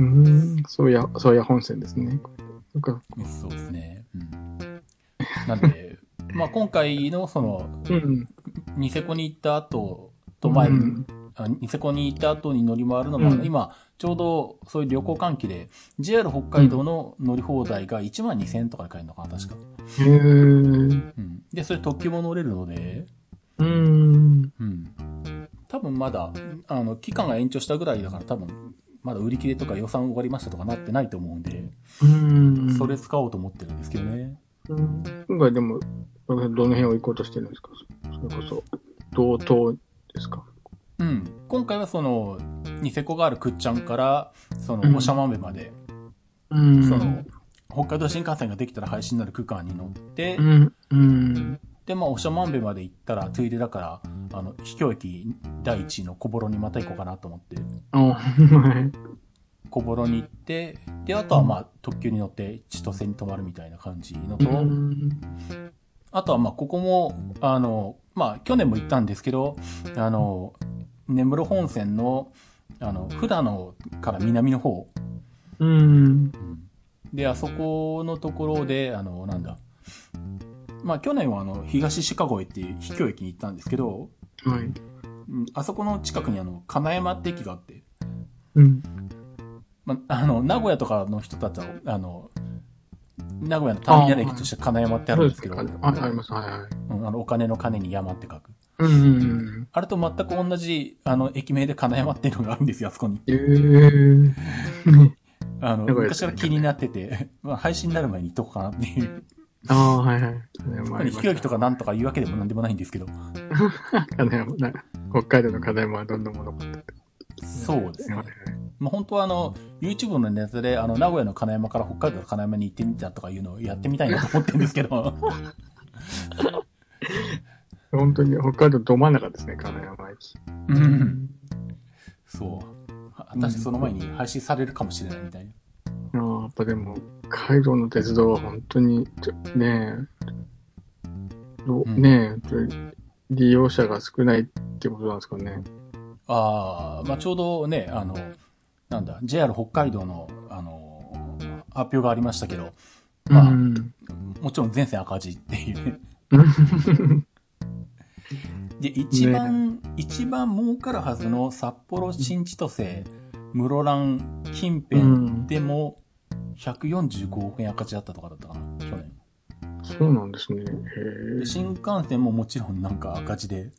そうや、そうや本線ですね。 そうか。そうですね。うん。なんで、まあ今回のその、うん、ニセコに行った後と前、うん、 ニセコに行った後に乗り回るのも、うん、今、ちょうどそういう旅行関係で、ジェイアール 北海道の乗り放題がいちまんにせんえんとかで買えるのかな、確か。 へー。うん。 で、それ特急も乗れるので、 うーん。 うん。多分まだ、あの、期間が延長したぐらいだから多分、まだ売り切れとか予算終わりましたとかなってないと思うんで、 うーん。 それ使おうと思ってるんですけどね。 うん。今回でも、どの辺を行こうとしてるんですか？それこそ、道東ですか？ うん。今回はその、ニセコがあるクッチャンから、その、長万部まで、 うん、 その、北海道新幹線ができたら廃止になる区間に乗って、 うんうん、 で、まあ、長万部まで行ったら、ついでだから、あの、秘境駅第一の小幌にまた行こうかなと思って、小幌に行って、で、あとはまあ、特急に乗って千歳に泊まるみたいな感じのと、うん、あとはまあ、ここも、あの、まあ、去年も行ったんですけど、あの、根室本線の、あの、富良野から南の方。 うん。 で、あそこのところで、あの、なんだ。まあ、去年はあの、東シカゴへっていう秘境駅に行ったんですけど、 はい。 あそこの近くにあの、金山って駅があって、 うん。 まあ、あの、名古屋とかの人たちは、あの、名古屋のターミナル駅として金山ってあるんですけど、 あ、あります、はいはい。 うん、あの、お金の金に山って書く。 うんうんうん。 あれと全く同じ、あの、駅名で金山っていうのがあるんですよ、あそこに。 えー、 あの、昔から気になってて、まあ、配信になる前に行っとこうかなっていう。 ああ、はいはい。 特に飛行機とかなんとか言うわけでもなんでもないんですけど。 金山、北海道の金山はどんなものかって。 そうですね。まあ、本当はあの、YouTube のネタで、あの、名古屋の金山から北海道の金山に行ってみたとかいうのをやってみたいなと思ってるんですけど。 本当に北海道ど真ん中ですね、金山駅。 うん。そう。私その前に配信されるかもしれないみたいな。ああ、やっぱでも、北海道の鉄道は本当に、ねえ、うん、ねえ、利用者が少ないってことなんですかね。 ああ、まあちょうどね、あの、なんだ、ジェイアール 北海道の、あの、発表がありましたけど、まあ、うん、もちろん全線赤字っていうね。で、一番、ね、一番儲かるはずの札幌新千歳、室蘭近辺でもひゃくよんじゅうごおくえん赤字だったとかだったかな、去年。 そうなんですね。へで新幹線ももちろんなんか赤字で、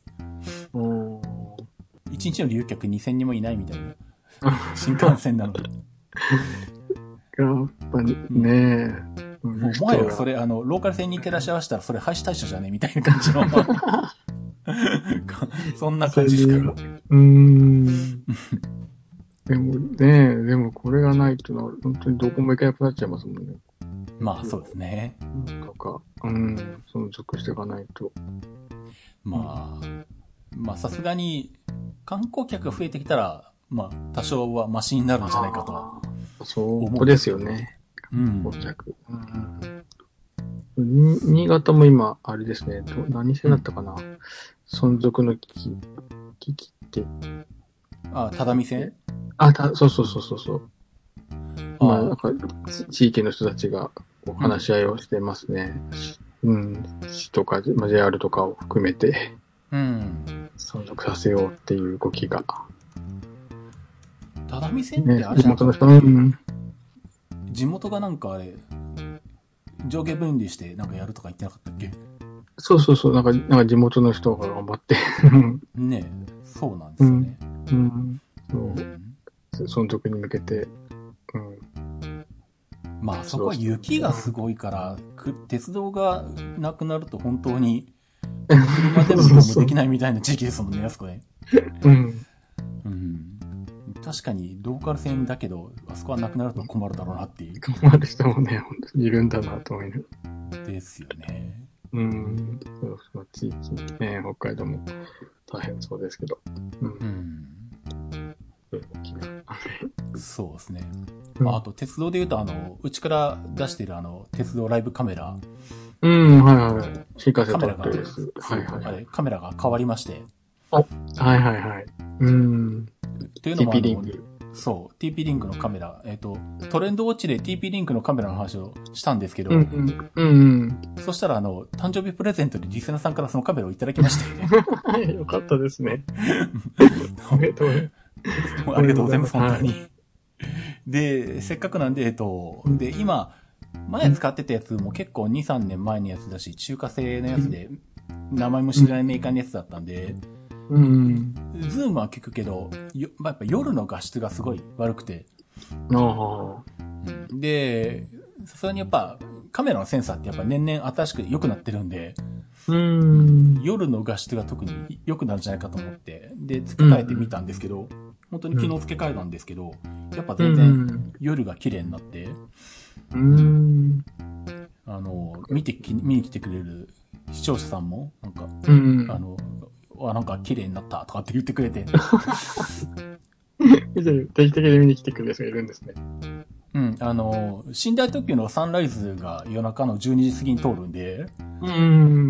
いちにちの利用客にせんにんもいないみたいな。新幹線なので。 やっぱりね、 うん、もう前はそれ、あの、ローカル線に行けらっしゃいましたら、それ廃止対象じゃねみたいな感じの。そんな感じですから。 うーん。でもね、でもこれがないとな、本当にどこも行けなくなっちゃいますもんね。 まあそうですね。 とか、うん、存続していかないと。 まあ、まあさすがに観光客が増えてきたら、まあ多少はマシになるんじゃないかとは。 そうですよね。 うん。 観光客。うん、新潟も今、あれですね、何線だったかな、うん、存続の危機、危機って。 あ、只見線？ あ、た、そうそうそうそうそう。まあ、なんか、地域の人たちが話し合いをしてますね。うん。うん、市とか、まあ、ジェイアール とかを含めて、 うん。 存続させようっていう動きが。 只見線ってあれ、 ね、地元の人、うん。 地元がなんかあれ、上下分離してなんかやるとか言ってなかったっけ？ そうそうそう、なんか、なんか地元の人が頑張って。 ねえ、そうなんですよね。 うん。うん、そう。うん存続に向けて、うん。 まあそこは雪がすごいから、うん、鉄道がなくなると本当に、車でも移動もできないみたいな地域ですもんね、あそこね。 うん。 うん。確かにローカル線だけど、あそこはなくなると困るだろうなっていう。 困る人もね、本当にいるんだなと思います。 ですよね。 うん。そうそう地域ね、北海道も大変そうですけど。うん。うんそうですね。まあ、あと鉄道で言うと、あの、うちから出しているあの、鉄道ライブカメラ。 うん、はいはい。新幹線撮ってるです。はいはい。 あれ、カメラが変わりまして。 あ、はいはいはい。うん。 というのもあの、 そう、ティーピー リンクのカメラ、えっ、ー、と、トレンドウォッチで ティーピー リンクのカメラの話をしたんですけど、 うんうんうん、 そしたらあの、誕生日プレゼントでリスナーさんからそのカメラをいただきましたよね。 よかったですね。ありがとう。 ありがとうございます、本当に。はい、で、せっかくなんで、えっと、で、今、前使ってたやつも結構に、さんねんまえのやつだし、中華製のやつで、名前も知らないメーカーのやつだったんで、 うん。 ズームは効くけど、よまあ、やっぱ夜の画質がすごい悪くて。 あで、さすがにやっぱカメラのセンサーってやっぱ年々新しく良くなってるんで、 うん。 夜の画質が特に良くなるんじゃないかと思って、で、付け替えてみたんですけど、うん、本当に昨日付け替えたんですけど、やっぱ全然夜が綺麗になって、 うん。 あの、見てき、見に来てくれる視聴者さんも、なんか、 うん、 あの、あ、なんか綺麗になったとかって言ってくれて。 定期的に見に来てくれる人がいるんですね。 うん、あの、寝台特急のサンライズが夜中のじゅうにじ過ぎに通るんで、 うん。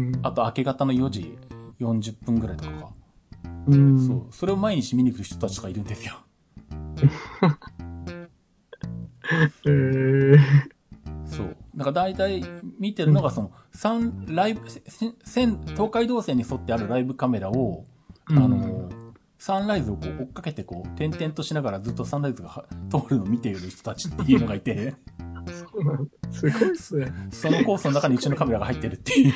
あと明け方のよじよんじゅっぷんぐらいとかか。 うん。 そう。それを毎日見に来る人たちがいるんですよ。 へー。 そう。なんか大体見てるのがその、三ライブ、線、東海道線に沿ってあるライブカメラを、うん、あの、サンライズをこう追っかけてこう、点々としながらずっとサンライズが通るのを見ている人たちっていうのがいて。 そうなんだ。すごいっすね。 そのコースの中にうちのカメラが入ってるっていう。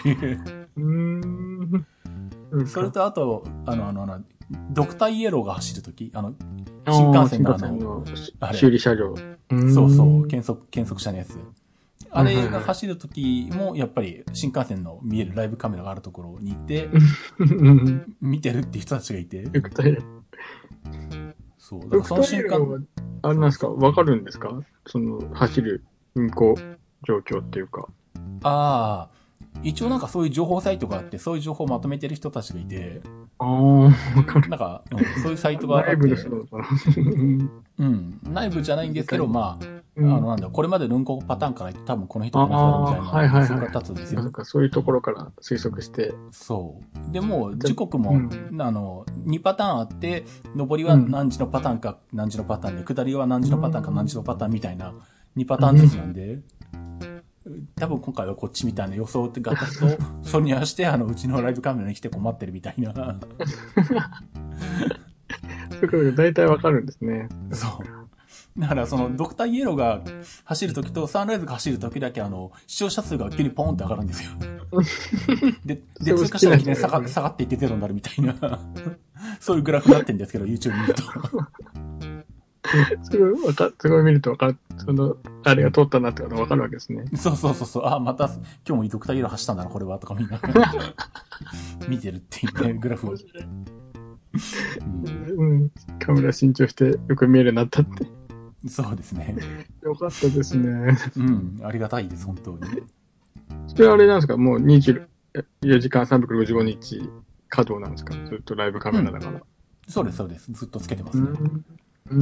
うーん。 それとあと、あの、あの、あの、ドクターイエローが走るとき、あの、新幹線のあの、 あれ修理車両。 そうそう、検測、検測車のやつ。あれが走るときも、やっぱり新幹線の見えるライブカメラがあるところに行って、見てるっていう人たちがいて。 ドクターイエロー。 そう。だからその瞬間。 あれなんですかわかるんですかその、走る運行状況っていうか。 ああ。一応なんかそういう情報サイトがあって、そういう情報をまとめてる人たちがいて。 ああ、わかる。 なんか、うん、そういうサイトがあって。 内部の人かな。 うん。内部じゃないんですけど、まあ、うん、あの、なんだ、これまでの運行パターンから言って多分この人この人だろうみたいな。 はいはいはい。 それが立つんですよ。 なんかそういうところから推測して。 そう。でも、時刻も、うん、あの、にパターンあって、上りは何時のパターンか何時のパターンで、下りは何時のパターンか何時のパターンみたいなにパターンずつなんで、多分今回はこっちみたいな予想ってガタッと、それに合わせて、あの、うちのライブカメラに来て困ってるみたいな。 そういうことで大体わかるんですね。 そう。だからそのドクターイエローが走るときとサンライズが走るときだけあの視聴者数が急にポーンって上がるんですよ。で、で通過したらいきなり下が下がっていってゼロになるみたいなそういうグラフになってるんですけど YouTube 見ると。 すごいわかすごい見るとわかるそのあれが通ったなってことがわかるわけですね。 そうそうそうそうあまた今日もドクターイエロー走ったんだなこれはとかみんな見てるっていうねグラフを。 うん、カメラ新調してよく見えるようになったって。 そうですね。 よかったですね。 うん、ありがたいです、本当に。 それあれなんですかもうにじゅうよじかんさんびゃくろくじゅうごにち稼働なんですかずっとライブカメラだから。うん、 そうです、そうです。ずっとつけてますね。 うん。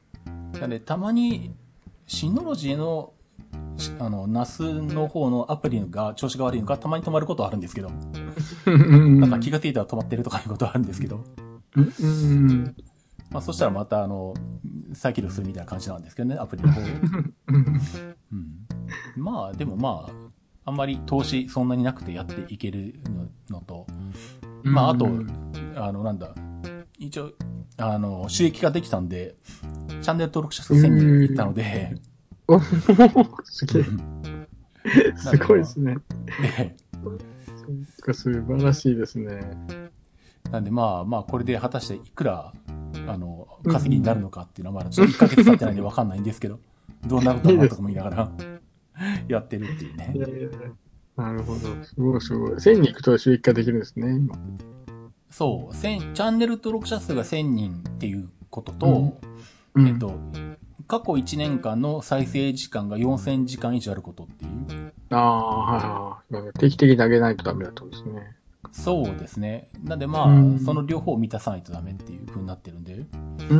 なんで、たまに、シノロジーの、あの、ナスの方のアプリが調子が悪いのか、たまに止まることはあるんですけど。なんか気がついたら止まってるとかいうことはあるんですけど。 うんまあ、そしたらまた、あの、再起動するみたいな感じなんですけどね、アプリの方を。うん、まあ、でもまあ、あんまり投資そんなになくてやっていけるのと、まあ、あと、あの、なんだ、一応、あの、収益ができたんで、チャンネル登録者数せんにんいったので、 おすげえ。すごいですね。 ええ。 素晴らしいですね。 なんでまあまあこれで果たしていくらあの稼ぎになるのかっていうのはまだちょっといっかげつ経ってないんでわかんないんですけど、どうなるかなとかも言いながらやってるっていうね。 いやいやなるほど。すごいすごい。せんにんいくと収益化できるんですね、今。 そう。チャンネル登録者数がせんにんっていうことと、うん、えっと、過去いちねんかんの再生時間がよんせんじかん以上あることっていう。 ああ、はいはい。定期的に上げないとダメだったんですね。 そうですね。なんでまあ、うん、その両方を満たさないとダメっていう風になってるんで。 うん。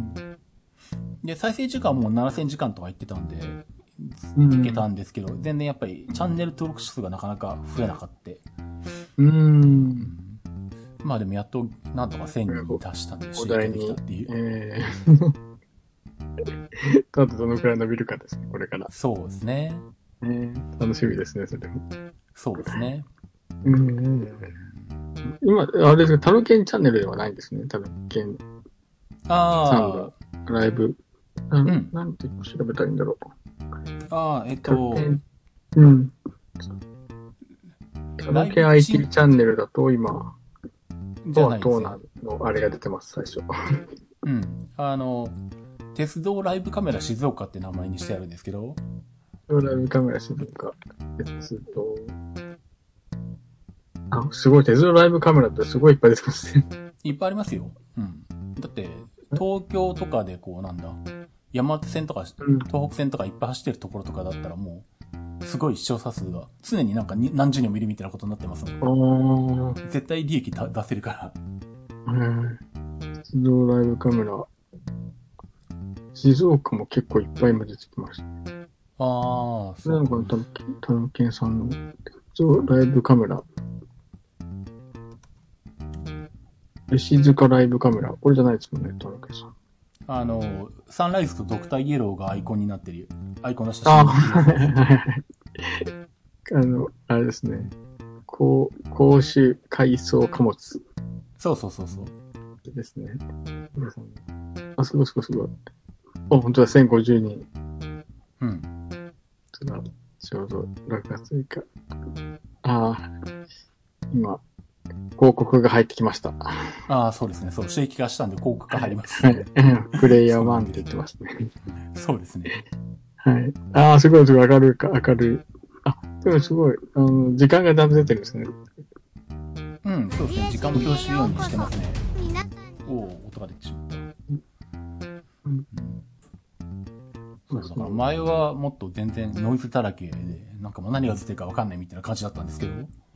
で、 再生時間もななせんじかんとか言ってたんで、いけたんですけど、全然やっぱりチャンネル登録者数がなかなか増えなかった。 うん。 まあでもやっとなんとかせんにんに達したんで、収益ができたっていう。 えーあとどのくらい伸びるかですね、これから。 そうですね。 えー、楽しみですね、それも。 そうですね。 うん。今、あれですか、タロケンチャンネルではないんですね、タロケンさんのライブ。あ、うん。なんて調べたらいいんだろう。 ああ、えっと、 うん。タロケン アイティー チャンネルだと今、じゃないですよ。のあれが出てます、最初。 うん。あの、鉄道ライブカメラ静岡って名前にしてあるんですけど。 鉄道ライブカメラ静岡。鉄道。あ、すごい、鉄道ライブカメラってすごいいっぱい出てますね。 いっぱいありますよ。うん。だって、東京とかでこうなんだ、山手線とか、うん、東北線とかいっぱい走ってるところとかだったらもう、すごい視聴者数が常になんか何十人もいるみたいなことになってますもん。絶対利益出せるから。 うん。鉄道ライブカメラ。静岡も結構いっぱい今出てきました。 ああ、 そう。なのかな、たぬけんさんの鉄道ライブカメラ。石塚ライブカメラ。これじゃないですもんね、たぬけんさん。 あの、サンライズとドクターイエローがアイコンになってる、アイコンの写真。ああの、あれですね。甲、甲州海藻貨物。 そうそうそうそう。 ですね。あ、すごいすごいすごい。あ、本当だ、せんごじゅうにん。 うん。 ちょうどろくがつついか。ああ、今、広告が入ってきました。 ああ、そうですね。そう、収益化したんで広告が入ります。 はい。プレイヤーワンって言ってますね。 そうですね。 はい。ああ、すごいすごい明るいか、明るい。あ、でもすごい、あの、時間がだんだん出てるんですね。 うん、そうですね。時間も表示ようにしてますね。おお、音が出てしまった。うん。そうだから前はもっと全然ノイズだらけで、なんかもう何が映ってるか分かんないみたいな感じだったんですけど、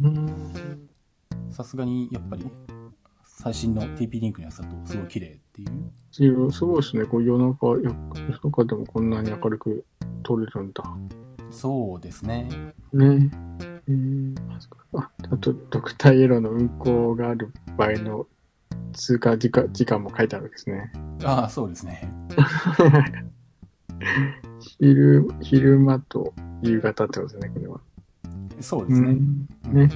さすがにやっぱり最新の ティーピー リンクのやつだとすごい綺麗っていう。すごいですね。こう夜中、夜中でもこんなに明るく撮れるんだ。 そうですね。 ね。えー、あ、あと、ドクターイエローの運行がある場合の通過時間、時間も書いてあるわけですね。 ああ、そうですね。 昼、昼間と夕方ってことですね、これは。 そうですね。 ね。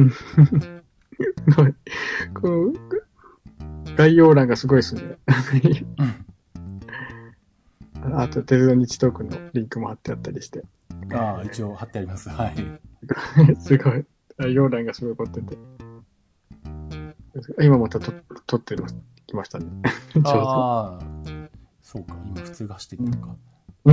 この概要欄がすごいですね。あと、鉄道日トークのリンクも貼ってあったりして。 ああ、一応貼ってあります。はい。 すごい。概要欄がすごい凝ってて。今またと撮ってきましたね。 ああ、そうか。今普通が走ってるのか。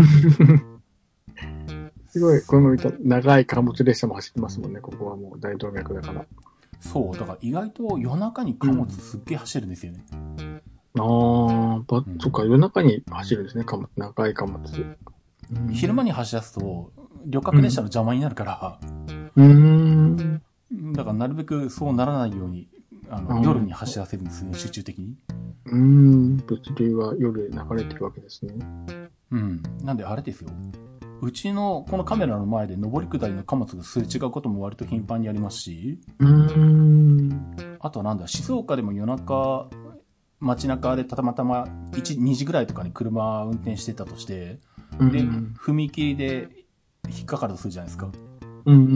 すごい、この長い貨物列車も走ってますもんね。ここはもう大動脈だから。 そう、だから意外と夜中に貨物すっげえ走るんですよね。 うん、ああ、ば、うん、そっか、夜中に走るんですね、貨物、長い貨物。 うん、昼間に走らすと、旅客列車の邪魔になるから、 うん。 だからなるべくそうならないように、あの、夜に走らせるんですね、集中的に。 うーん、物流は夜流れてるわけですね。 うん。なんであれですよ。うちのこのカメラの前で上り下りの貨物がすれ違うことも割と頻繁にありますし、 うーん。 あとはなんだ、静岡でも夜中、街中でたまたまいち、にじぐらいとかに車運転してたとして、で、踏切で引っかかるとするじゃないですか。 うんうん、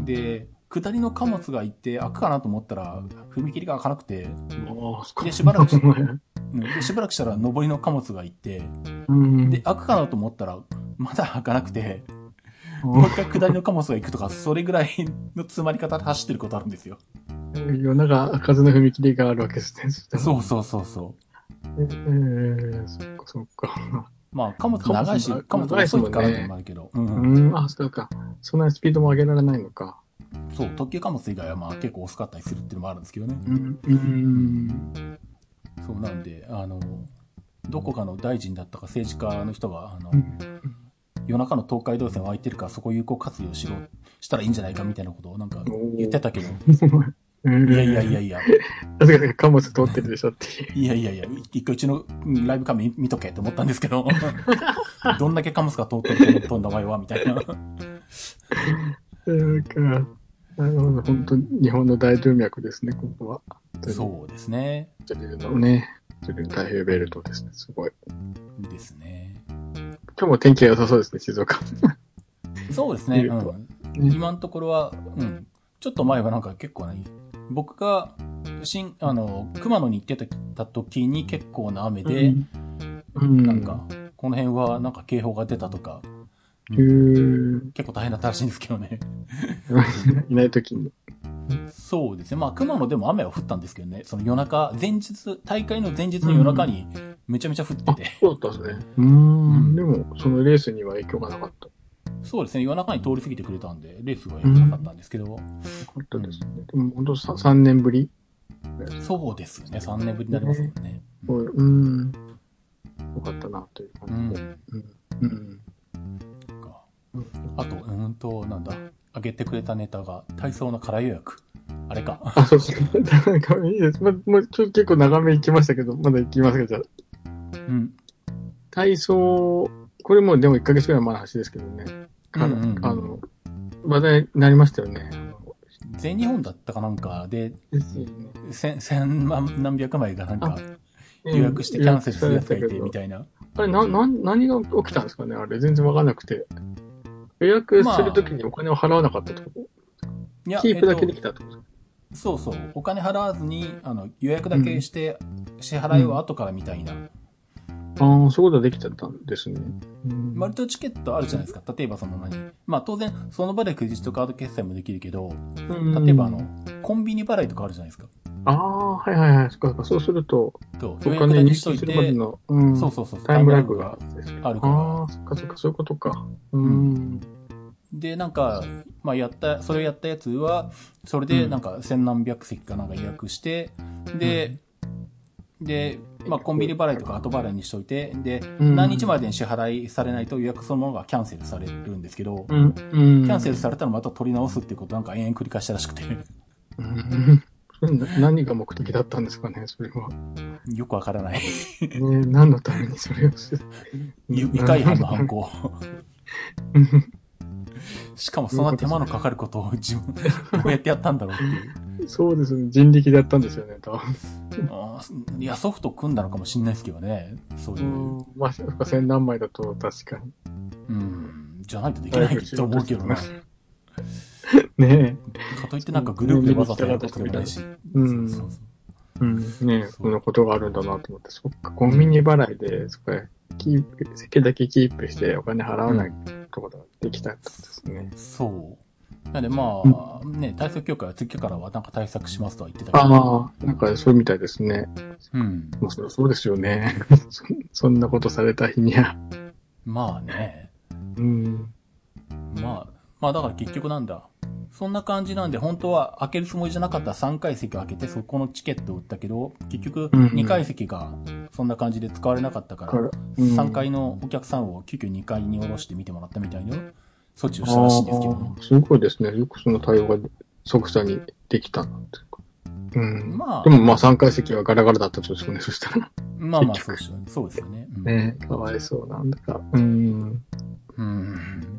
で、下りの貨物が行って開くかなと思ったら、踏切が開かなくて、で、しばらくし、でしばらくしたら上りの貨物が行って、 うん、 で、開くかなと思ったら、まだ開かなくて、もう一回下りの貨物が行くとか、それぐらいの詰まり方で走ってることあるんですよ。 夜中開かずの踏切があるわけですね。 そうそうそうそう。 えー、そっかそっか。 まあ、貨物長いし、貨物遅いからってのもあるけど。 うん、うん、あ、そうか。そんなにスピードも上げられないのか。 そう、特急貨物以外はまあ結構遅かったりするっていうのもあるんですけどね。 うん。うん、 そうなんで、あの、どこかの大臣だったか政治家の人が、あの、うん、夜中の東海道線は空いてるからそこ有効活用しろ、したらいいんじゃないかみたいなことをなんか言ってたけど。いやいやいやいや。 確かに貨物通ってるでしょっていう。 いやいやいや、一回うちのライブカメ見とけと思ったんですけど、どんだけ貨物が通ってると思ったんだお前は、みたいな。 そうか。なるほど。本当に日本の大動脈ですね、ここは。 そうですね。 ね。 する太平洋ベルトですね。すごい。 ですね。 今日も天気が良さそうですね、静岡。 そうですね。うん。今のところは、うん。ちょっと前はなんか結構ね、僕が、新、あの、熊野に行ってた時に結構な雨で、うん、なんか、この辺はなんか警報が出たとか、うん、結構大変だったらしいんですけどね。 いない時に。 そうですね。まあ、熊野でも雨は降ったんですけどね。その夜中、前日、大会の前日の夜中にめちゃめちゃ降ってて。 うん、そうだったんですね。うん。でも、そのレースには影響がなかった。 そうですね。夜中に通り過ぎてくれたんで、レースはやらなかったんですけど。よかったですね。でも本当ささんねんぶりそうですね。さんねんぶりになりますもんね。 うん。うん。よかったな、という感じで。うん。うん。 うん、あと、うんと、なんだ、あげてくれたネタが、体操の空予約。あれか。 あ、そうですね。なんかいいです。ま、もうちょっと結構長め行きましたけど、まだ行きますけど、じゃあ。うん。体操、これもでもいっかげつくらい前の話ですけどね。から、うんうんうん、あの、話題になりましたよね。 全日本だったかなんかで、 ですよね。 千、千万何百枚がなんか、予約してキャンセルするやつがいて、みたいな。 あれ、な、な、何が起きたんですかねあれ、全然わかんなくて。予約するときにお金を払わなかったってこと、まあ、いや、キープだけできたってこと、えっと、そうそう。お金払わずに、あの、予約だけして、支払いを後からみたいな。うんうん、ああ、そういうことができちゃったんですね。 うん、割とチケットあるじゃないですか。例えばその何まあ当然、その場でクレジットカード決済もできるけど、うん、例えばあの、コンビニ払いとかあるじゃないですか。 ああ、はいはいはい。そっか、そうすると、 そう、予約だけしといて、うん、そうそうそう、タイムラグがあるから。 ああ、そっかそっか、そういうことか。うん。うんで、なんか、まあ、やった、それをやったやつは、それで、なんか、千何百席かなんか予約して、で、うん、で、まあ、コンビニ払いとか後払いにしといて、で、うん、何日までに支払いされないと予約そのものがキャンセルされるんですけど、うん、キャンセルされたらまた取り直すっていうことなんか延々繰り返したらしくて。 うん何が目的だったんですかね、それは。 よくわからない。 ね、何のためにそれをする。 愉快犯の犯行。しかもそんな手間のかかることを自分、どうやってやったんだろうっていう。 そうですね。人力でやったんですよね、多分。 あいや、ソフト組んだのかもしれないですけどね。そういう。 うんまあ、千何枚だと確かに。 うん。じゃないとできないと思うけどな。 ねえ。かといってなんかグループでわざとやることでもないし。 うん。そうそうそううん。ねえ、そんなことがあるんだなと思って。そっか、コンビニ払いで、そっか、キープ、席だけキープしてお金払わないところができたってことですね。 そう。なんでまあ、うん、ね、体操協会は次からはなんか対策しますとは言ってたけど。 ああ、なんかそうみたいですね。うん。まあ、そそうですよねそ。そんなことされた日には。 まあね。 うん。 まあ、まあだから結局なんだ。そんな感じなんで、本当は開けるつもりじゃなかったらさんかい席を開けてそこのチケットを売ったけど、結局にかい席がそんな感じで使われなかったから、うん、さんかいのお客さんを急遽にかいに下ろして見てもらったみたいな措置をしたらしいんですけどね。 すごいですね。よくその対応が即座にできたなんて。うん。まあ。でもまあさんかい席はガラガラだったとですよね、そしたら。 まあまあそうですよね。そうですよね。 うん、ねかわいそうなんだか。うん。 うん。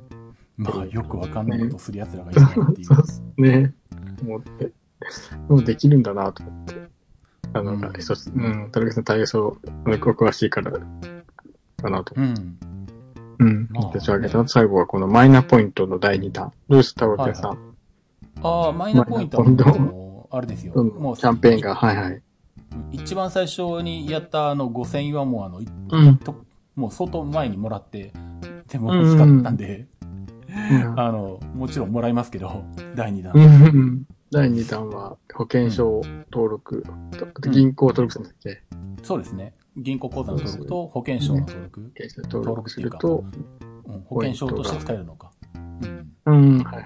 まあ、よくわかんないことをする奴らがいるなっていう。 ね、そうね。思って。もうできるんだなと思って。あの、うん、一つ、うん、田中さん体操、お詳しいから、かなと思って。うん。うん。まあ、じゃあ、ね、最後はこのマイナポイントのだいに弾。どうです田中さん。はいはい、 ああ、マイナポイントはもう、あれですよ。 もう、キャンペーンが、はいはい。 一番最初にやったあのごせんえんはもうあの、うん、ともう相当前にもらって、でも欲しかったんで、うん、あの、もちろんもらいますけど、だいに弾。 だいに弾は保険証登録、うん、銀行登録するんだっけ、 うん、そうですね。銀行口座の登録と保険証の登録。 保険証登録すると、 うん、保険証として使えるのか。 うん。うん、はいはい。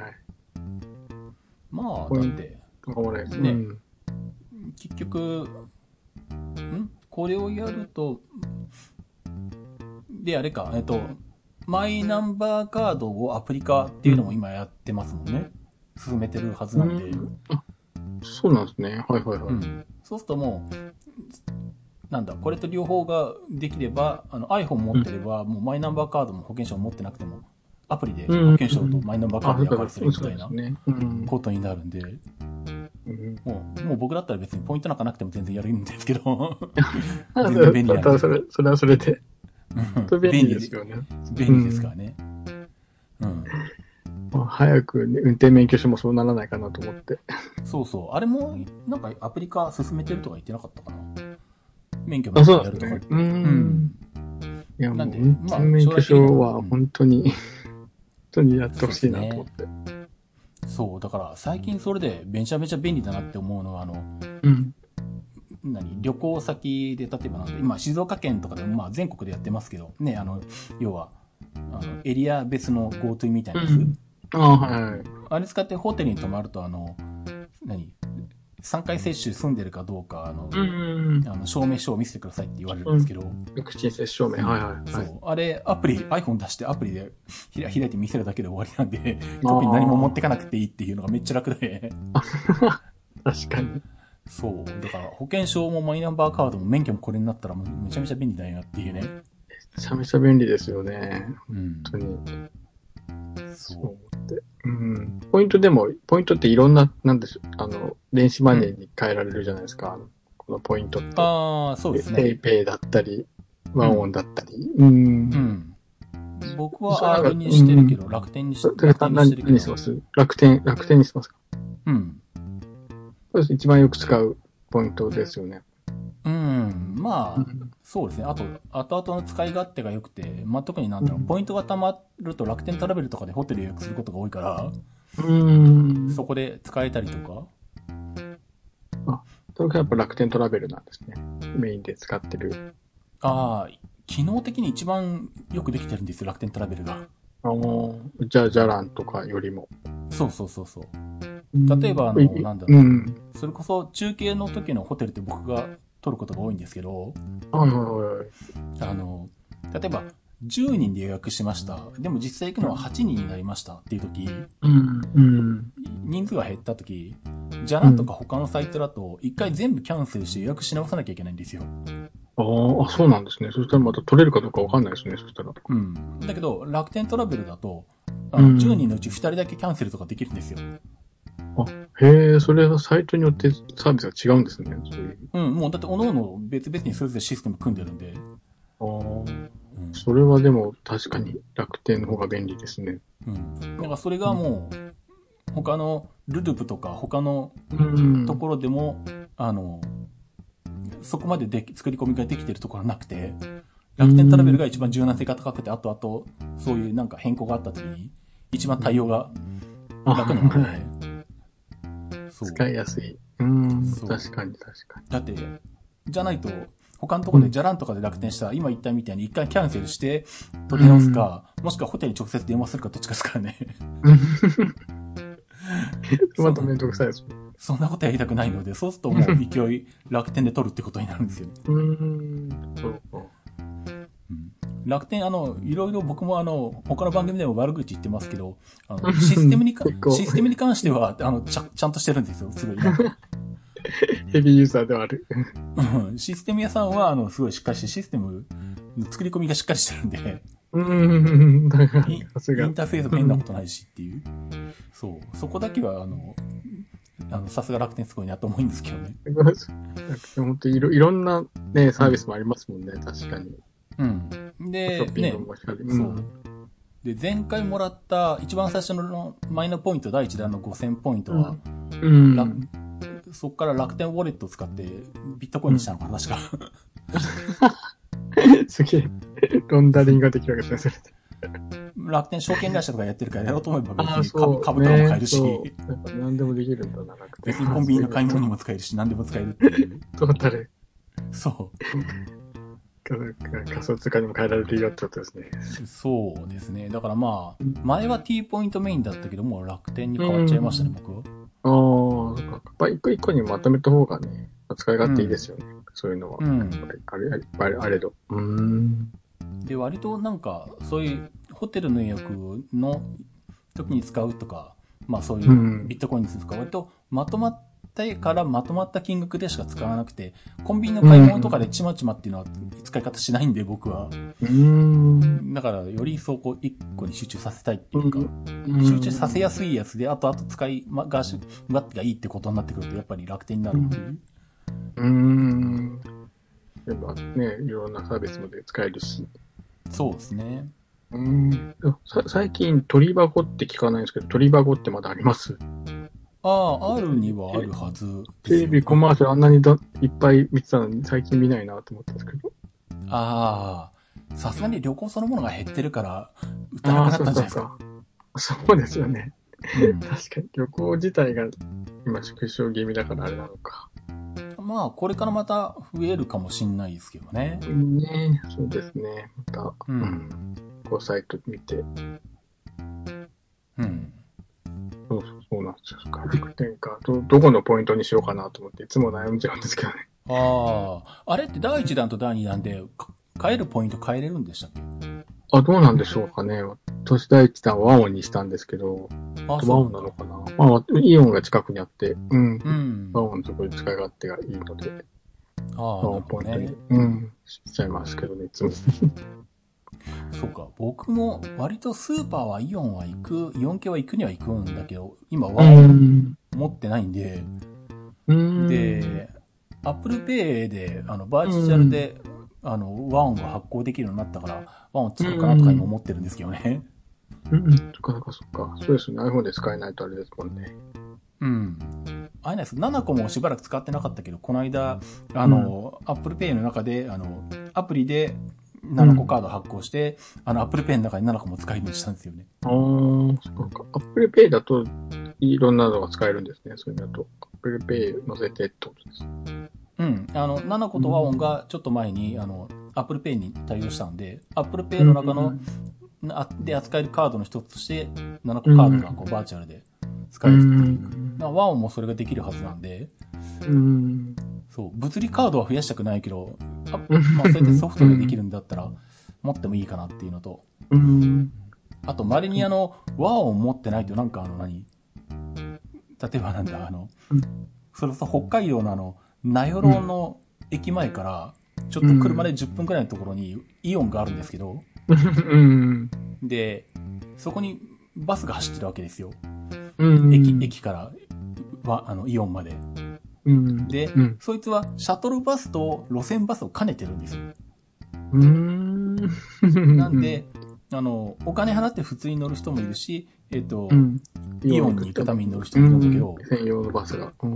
まあ、だって、ね、うん、結局、んこれをやると、で、あれか、えっと、マイナンバーカードをアプリ化っていうのも今やってますもんね。進めてるはずなんで。うん、 そうなんですね。はいはいはい。うん、 そうするともう、なんだ、これと両方ができれば、あの iPhone 持ってれば、うん、もうマイナンバーカードも保険証持ってなくても、アプリで保険証とマイナンバーカードやかりするみたいなことになるんで。 うん、 もう、もう僕だったら別にポイントなんかなくても全然やるんですけど。 全然便利なんで。それ、それはそれで。便利ですよね。 便利ですからね。うん。 まあ、早く、ね、運転免許証もそうならないかなと思って。 そうそう。あれも、なんかアプリ化進めてるとか言ってなかったかな。免許免許やるとか。 うん。うん。いや、もう、運転免許証は本当に、本当にやってほしいなと思って。 そう、だから最近それでめちゃめちゃ便利だなって思うのは、あの、 うん。 何旅行先で、例えばなんか今静岡県とかでもまあ全国でやってますけど、ね、あの、要は、あのエリア別の GoTo みたいなやつ。うん、 ああ、はい。 あれ使ってホテルに泊まると、あの、何さんかい接種済んでるかどうか、あの、 うん、 あの証明書を見せてくださいって言われるんですけど。ワクチン接種証明、はいはい。 そう。あれ、アプリ、iPhone 出してアプリで開いて見せるだけで終わりなんで、特に何も持ってかなくていいっていうのがめっちゃ楽で。 確かに。 そう。だから保険証もマイナンバーカードも免許もこれになったらもうめちゃめちゃ便利だよなっていうね。 めちゃめちゃ便利ですよね。 うん。 本当に。 そう。 そううん。ポイントでも、ポイントっていろんな、なんでしょう、あの、電子マネーに変えられるじゃないですか。うん、このポイントって。 ああ、そうですね。 ペイペイだったり、ワンオンだったり。うん。うん、 僕は R にしてるけど、うん、楽天にしてるけど。 何にします楽天、楽天にしますか？ うん。 そうです。一番よく使うポイントですよね。 うん。まあ、うん、そうですね。あと、後々の使い勝手が良くて、まあ特になんだろう、うん、ポイントが貯まると楽天トラベルとかでホテル予約することが多いから、 うん。 そこで使えたりとか。 あ、それがやっぱ楽天トラベルなんですね。メインで使ってる。 ああ、機能的に一番よくできてるんですよ、楽天トラベルが。 ああ、じゃあ、じゃらんとかよりも。 そうそうそうそう。例えば、あの、なんだろう、うん。それこそ中継の時のホテルって僕が取ることが多いんですけど、 はいはいはい。 あの、例えば、じゅうにんで予約しました。でも実際行くのははちにんになりましたっていう時、 うんうん、 人数が減った時、じゃらんとか他のサイトだと一回全部キャンセルして予約し直さなきゃいけないんですよ。 ああ、そうなんですね。そしたらまた取れるかどうかわかんないですね、そしたら。 うん。だけど、楽天トラベルだと、あのじゅうにんのうちふたりだけキャンセルとかできるんですよ。 あ、へえ、それはサイトによってサービスが違うんですね。そういう。 うん、もうだって各々別々にそれぞれシステム組んでるんで。 ああ、うん、それはでも確かに楽天の方が便利ですね。 うん。だからそれがもう、他のルルプとか他のところでも、うん、あの、そこまでで作り込みができてるところはなくて、楽天トラベルが一番柔軟性が高くて、あとあと、そういうなんか変更があった時に、一番対応が楽なので、 そう使いやすい。うん、確かに確かに。 だって、じゃないと、他のところでじゃらんとかで楽天したら、今言ったみたいに一回キャンセルして取り直すか、もしくはホテルに直接電話するかどっちかですからね。 まためんどくさいですもん。 そんなことやりたくないので、そうするともう勢い楽天で取るってことになるんですよ。 うん、そうか。 楽天、あの、いろいろ僕もあの、他の番組でも悪口言ってますけど、あの、システムにか、システムに関しては、あの、ちゃ、ちゃんとしてるんですよ、すごい。 ヘビーユーザーではある。 システム屋さんは、あの、すごいしっかりして、システムの作り込みがしっかりしてるんで、 うん、だから、 インターフェースも変なことないしっていう。そう。そこだけは、あの、あの、さすが楽天すごいなと思うんですけどね。 本当いろ、いろんなね、サービスもありますもんね、うん、確かに。 うん。で、ね、うん、そう。で、前回もらった一番最初のマイナポイント第一弾のごせんポイントは、 うんうん、 そこから楽天ウォレットを使ってビットコインにしたのかな、確か。 すげえ、ロンダリングができるわけですね、それで。 楽天証券会社とかやってるからやろうと思えば別に株、株とかも買えるし、ね、 何でもできるんだな、楽天。別にコンビニの買い物にも使えるし、何でも使えるっていう。 トータル。 そう。 仮想通貨にも変えられるよってことですね。 そうですね。だからまあ、前は T ポイントメインだったけど、もう楽天に変わっちゃいましたね、僕は。 ああ、そっか。やっぱ一個一個にまとめた方がね、使い勝手いいですよね。うん、そういうのは。うん。あれ、あれ、あれど。うん。 で、割となんか、そういうホテルの予約の時に使うとか、まあそういうビットコインにするとか、割とまとまっってからまとまった金額でしか使わなくて、コンビニの買い物とかでちまちまっていうのは使い方しないんで、僕は。 うーん。 だから、よりそうこう、一個に集中させたいっていうか、集中させやすいやつで、あとあと使いま、がし、勝手がいいってことになってくると、やっぱり楽天になるっていう。 うーん。やっぱね、いろんなサービスまで使えるし。 そうですね。 うん。さ最近、鳥箱って聞かないんですけど、鳥箱ってまだあります？ ああ、あるにはあるはずテレビコマーシャルあんなにだいっぱい見てたのに最近見ないなと思ったんですけど。 ああ、さすがに旅行そのものが減ってるから、売ってなくなったんじゃないですか。 そうそうですよね。うん、確かに旅行自体が今縮小気味だからあれなのか。 まあ、これからまた増えるかもしんないですけどね。 ねそうですね。また、 うん。 こうサイト見て。 うん。 そうそう、そうなんですよ。楽天か。ど、どこのポイントにしようかなと思って、いつも悩んじゃうんですけどね。 ああ、あれってだいいちだんとだいにだんで、変えるポイント変えれるんでしたっけ？ あ、どうなんでしょうかね。私第一弾はワンオンにしたんですけど、 あ、 ワンオンなのかな。まあ、イオンが近くにあって、うん。うん。ワンオンのところに使い勝手がいいので、 ああ、ワンオンポイントに、 ね、うん、しちゃいますけどね、いつも。 そうか。僕も割とスーパーはイオンは行く、イオン系は行くには行くんだけど、今ワンオン持ってないんで、うん、で、Apple Pay で、あの、バーチャルで、うん、あの、ワンオンが発行できるようになったから、ワンオン使うかなとか今思ってるんですけどね。 うん、うん、そっかそっかそっか。そうですね。iPhone で使えないとあれですもんね。 うん。あれなんです。ななこもしばらく使ってなかったけど、この間、あの、うん、Apple Pay の中で、あの、アプリで、ななこカード発行して、うん、あの、Apple Pay の中にななこも使えるようにしたんですよね。 ああ、そうか。Apple Pay だと、いろんなのが使えるんですね。それだと。Apple Pay 載せてってことです。 うん。あの、ななことワオンがちょっと前に、あの、Apple Pay に対応したんで、Apple Pay の中の、うん、で扱えるカードの一つとして、ななこカードがこうバーチャルで使えるっていう。うん、ワオンもそれができるはずなんで、うん、そう、物理カードは増やしたくないけど、あまあ、それでソフトでできるんだったら、持ってもいいかなっていうのと、うん、あと、稀にあの、ワオン持ってないとなんかあの何、例えばなんだ、あの、うん、それこそ北海道のあの、名寄の駅前から、ちょっと車でじゅっぷんくらいのところにイオンがあるんですけど、うん、で、そこにバスが走ってるわけですよ。うん、駅、駅からは、あの、イオンまで。うん、で、うん、そいつはシャトルバスと路線バスを兼ねてるんですよ。うーんなんで、あの、お金払って普通に乗る人もいるし、えっと、うん、イオンに行くために乗る人もいるんだけど、 専用のバスが。 うん、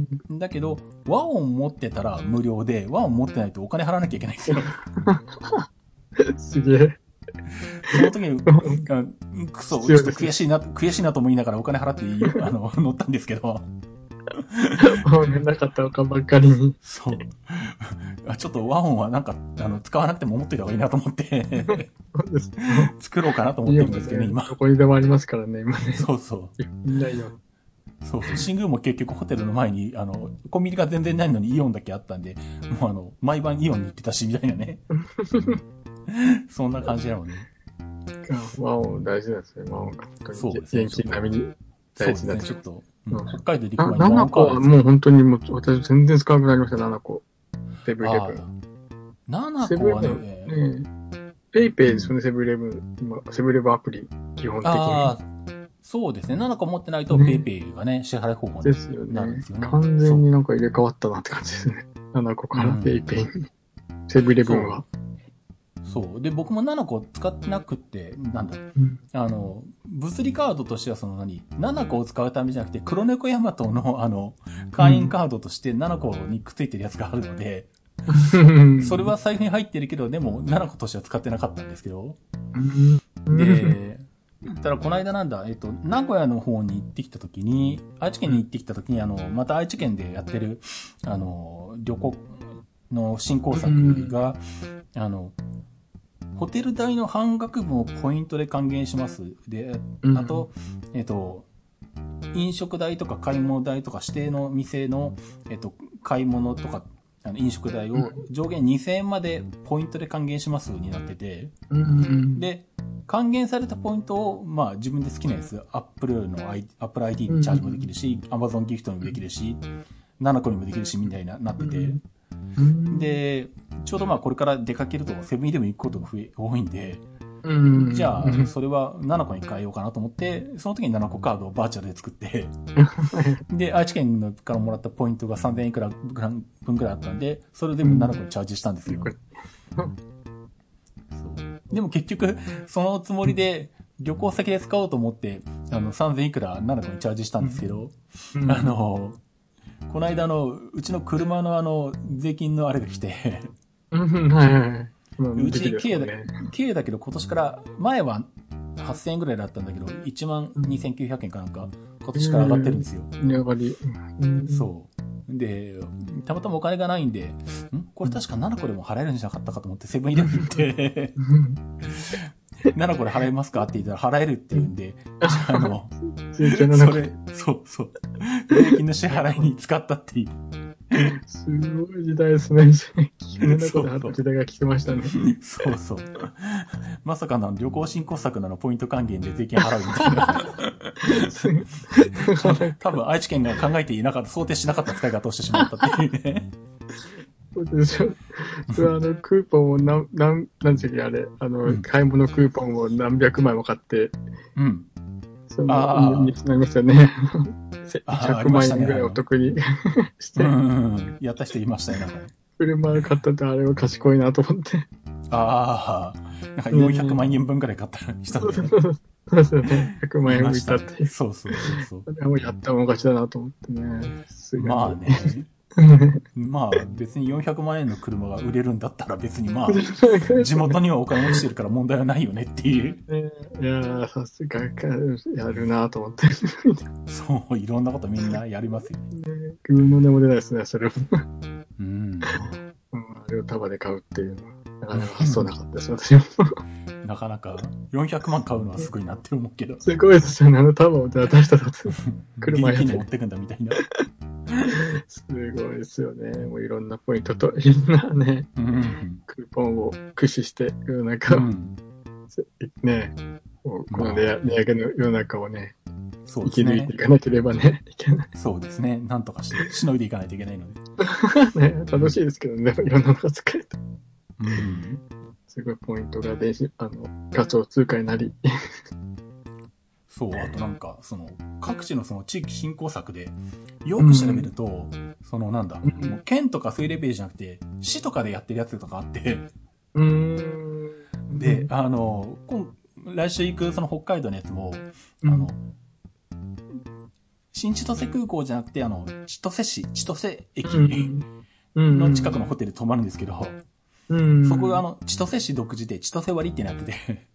だけど、ワオン持ってたら無料で、ワオン持ってないとお金払わなきゃいけないんですよ。 すげえ。 その時に、クソ、ちょっと悔しいな、悔しいなと思いながらお金払っていい、あの、乗ったんですけど。 なかったのかばっかりに。 そう。ちょっとワオンはなんか、あの、使わなくても持っといた方がいいなと思って、そうです作ろうかなと思ってるんですけどね、今。 どこにでもありますからね、今ね。 そうそう。 みんないよ。 そうそう。新宮も結局ホテルの前に、あの、コンビニが全然ないのにイオンだけあったんで、もうあの、毎晩イオンに行ってたし、みたいなね。そんな感じなのね。 ワオン大事なんですね、ワオンが。そうですね。元気並みに大事だと。 そうですね、ちょっと。うん、北海道で行く前にななこはもう本当にもう、私全然使わなくなりました、ななこ。セブンイレブン。 ななこはね、 ペイペイですよね、セブンイレブン。今、セブンイレブンアプリ、基本的に。ああ、 そうですね。ななこ持ってないとペイペイがね、支払い方法になるんですよね。 完全になんか入れ替わったなって感じですね。ななこからペイペイに。セブンイレブンは。 そう。で、僕もななこ使ってなくって、なんだ、うん、あの、物理カードとしてはその何、ななこを使うためじゃなくて、黒猫ヤマトのあの、会員カードとしてななこにくっついてるやつがあるので、うん、それは財布に入ってるけど、でもななことしては使ってなかったんですけど、うん、で、ただこの間なんだ、えっと、名古屋の方に行ってきた時に、愛知県に行ってきた時に、あの、また愛知県でやってる、あの、旅行の振興策が、うん、あの、ホテル代の半額分をポイントで還元します。で、あと、えっと、飲食代とか買い物代とか指定の店の、えっと、買い物とか、 あの飲食代を上限にせんえんまでポイントで還元しますになってて、 うん、 で、還元されたポイントを、まあ自分で好きなやつ、Apple の Apple アイディー にチャージもできるし、うん、Amazon ギフトにもできるし、ななこにもできるし、みたいな、なってて、うん、で、ちょうどまあこれから出かけるとセブンイレブン行くことが増え、多いんで、うん、じゃあ、それはななこに変えようかなと思って、その時にななこカードをバーチャルで作って、で、愛知県からもらったポイントがさんぜんえんいくら分くらいあったんで、それでもななこにチャージしたんですよ。でも結局、そのつもりで旅行先で使おうと思って、あの、さんぜんいくらななこにチャージしたんですけど、うん、あの、この間の、うちの車のあの、税金のあれが来て、うち軽だ、軽だけど今年から、前ははっせんえんぐらいだったんだけど、いちまんにせんきゅうひゃくえんかなんか、今年から上がってるんですよ。 値上がり。 そう。で、たまたまお金がないんで、んこれ確かななこでも払えるんじゃなかったかと思ってセブンイレブン行って、ななこで払えますかって言ったら払えるって言うんで、じゃあ、あの、それ、そうそう。税金の支払いに使ったっていう。 すごい時代ですね。ななこで払った時代が来てましたね。 そうそう。まさかの旅行振興策なのポイント還元で税金払うみたいな。多分愛知県が考えていなかった、想定しなかった使い方をしてしまったっていうね。 そうですよ。それはあの、クーポンを何、何、何時あれ、あの、うん、買い物クーポンを何百枚も買って、 うん。 その、につなりましたね。ひゃくまんえんぐらいお得にして、 うん。やった人いましたよ、なんかね。 車買ったってあれは賢いなと思って。 ああ、なんかよんひゃくまんえんぶんくらい買った人で、ね。 そうですよね。ひゃくまんえん浮いたって。 そうそうそうそう。 それはもうやったもん勝ちだなと思ってね。 まあね。まあ別によんひゃくまんえんの車が売れるんだったら別にまあ、地元にはお金落ちてるから問題はないよねっていう。 いやー、さすがやるなと思って。 そう、いろんなことみんなやりますよね。 自分の根も出ないですね、それも。 うん。 あれを束で買うっていうのは、なかなか発想なかったです、私も。 なかなか、よんひゃくまん買うのはすごいなって思うけど。 すごいですよね、あの束を出したと。 車やって持ってくんだみたいな。 すごいですよね。もういろんなポイントと、いろんなね、うん、クーポンを駆使して、世の中、うん、ね、この値上げの世の中をね、そうですね、生き抜いていかなければね、いけない。 そうですね。なんとかして、しのいでいかないといけないので。 ね、楽しいですけどね、いろんなのが使えて。 うん、 すごいポイントが電子、あの、仮想通貨になり。 そう、あとなんか、その、各地のその地域振興策で、よく調べると、うん、そのなんだ、うん、もう県とかそういうレベルじゃなくて、市とかでやってるやつとかあって、 うーんで、あの、今、来週行くその北海道のやつも、うん、あの、新千歳空港じゃなくて、あの、千歳市、千歳駅の近くのホテル泊まるんですけど、うん、そこがあの、千歳市独自で千歳割ってなってて、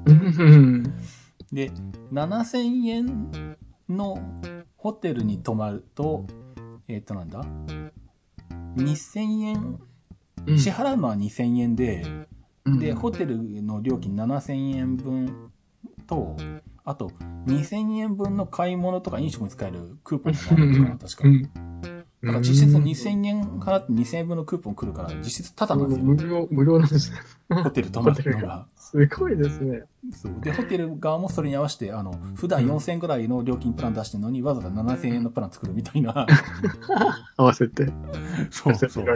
で、ななせんえんのホテルに泊まると、えっとなんだにせんえん、支払うのはにせんえんで、うん、で、ホテルの料金ななせんえんぶんと、あと、にせんえんぶんの買い物とか飲食に使えるクーポンがあるのかな、確か。だから実質にせんえん払ってにせんえんぶんのクーポン来るから、実質タダなんですよ。 無料、無料なんですね。 ホテル泊まるのが。 すごいですね。 そう。で、ホテル側もそれに合わせて、あの、普段よんせんえんぐらいの料金プラン出してるのに、わざわざななせんえんのプラン作るみたいな。 合わせて。 そうそう。そう。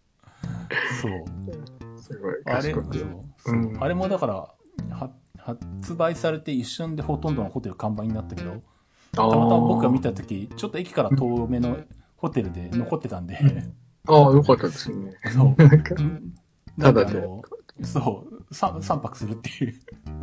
すごい。あれ、そう。 そう、うん、あれもだから、は、発売されて一瞬でほとんどのホテル完売になったけど、たまたま僕が見たとき、ちょっと駅から遠めのホテルで残ってたんで。 うん、ああ、よかったですね。 そう。 なんか、ただで。 そう、三泊するっていう。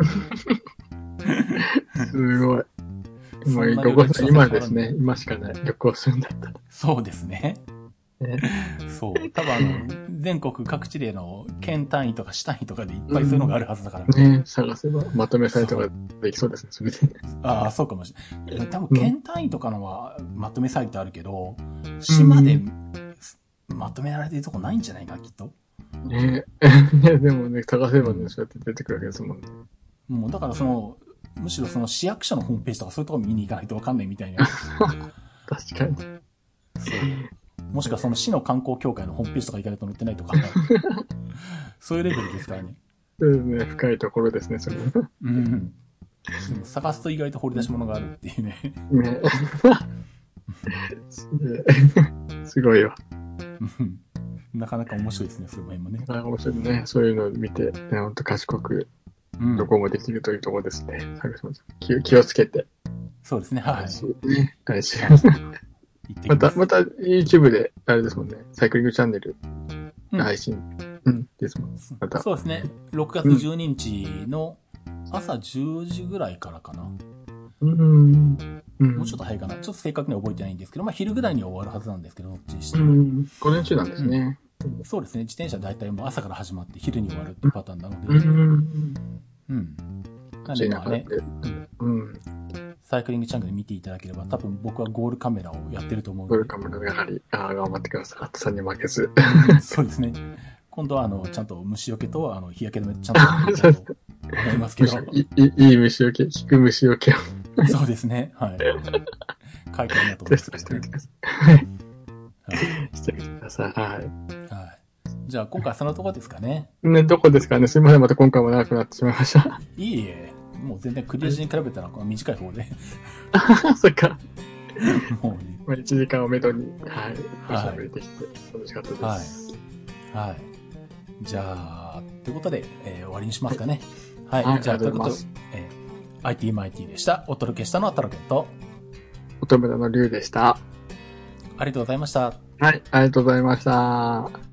すごい。今、どこ今ですね。今しかない。旅行するんだったら。 そうですね。ね、そう。多分あの、全国各地での県単位とか市単位とかでいっぱいそういうのがあるはずだから。 うん、ね、探せばまとめサイトができそうですね、それで。 ああ、そうかもしれない。多分県単位とかのはまとめサイトあるけど、うん、市までまとめられてるとこないんじゃないかな、きっと。 ねえ。でもね、探せばね、そうやって出てくるわけですもんね。 もうだからその、むしろその市役所のホームページとかそういうとこ見に行かないとわかんないみたいな。 確かに。 そう。 もしくはその市の観光協会のホームページとか行かないと載ってないとか、そういうレベルですからね。 そうですね、深いところですね、それ。 うん。でも探すと意外と掘り出し物があるっていうね。 ねすごいわ。 なかなか面白いですね、そういう辺もね。 なかなか面白いね。そういうのを見て、ほんと賢く、どこもできるというところですね。うん、気, 気をつけて。 そうですね、はい。 大事。また、また YouTube で、あれですもんね、サイクリングチャンネル、配信、うん、うん、ですもん。また。 そうですね、ろくがつじゅうににちの朝じゅうじぐらいからかな。 うん。うん、 もうちょっと早いかな。ちょっと正確には覚えてないんですけど、まあ昼ぐらいには終わるはずなんですけど、どっちにしても。 うん。午前中なんですね。 うん、そうですね。自転車大体もう朝から始まって昼に終わるっていうパターンなので。 うん。 うん。なんでまあね、 うん。 サイクリングチャンネル見ていただければ、多分僕はゴールカメラをやってると思うので。 ゴールカメラやはり、ああ、頑張ってください。暑さに負けず。 そうですね。今度はあの、ちゃんと虫除けとあの、日焼け止めちゃんとやっていきたいと思いますけど。 いい、いい虫除け、効く虫除けを。 そうですね。はい。書いてあるなと思います、ね。 してみてください。はい。してみてください。はい。はい。 じゃあ今回そのとこですかね。 ね、どこですかね。すみません。また今回も長くなってしまいました。 いいえ。もう全然クリア時に比べたらこの短い方で。 ああ、そっか。 もう、ね、 まあいちじかんをめどに、はい。おしゃべりできて楽しかったです。 はい。はい。じゃあ、ということで、えー、終わりにしますかね。はい。はい、じゃあ、ということで、えー、アイティー マイティー でした。お届けしたのはタロケンと、 乙女座のリュウでした。 ありがとうございました。 はい、ありがとうございました。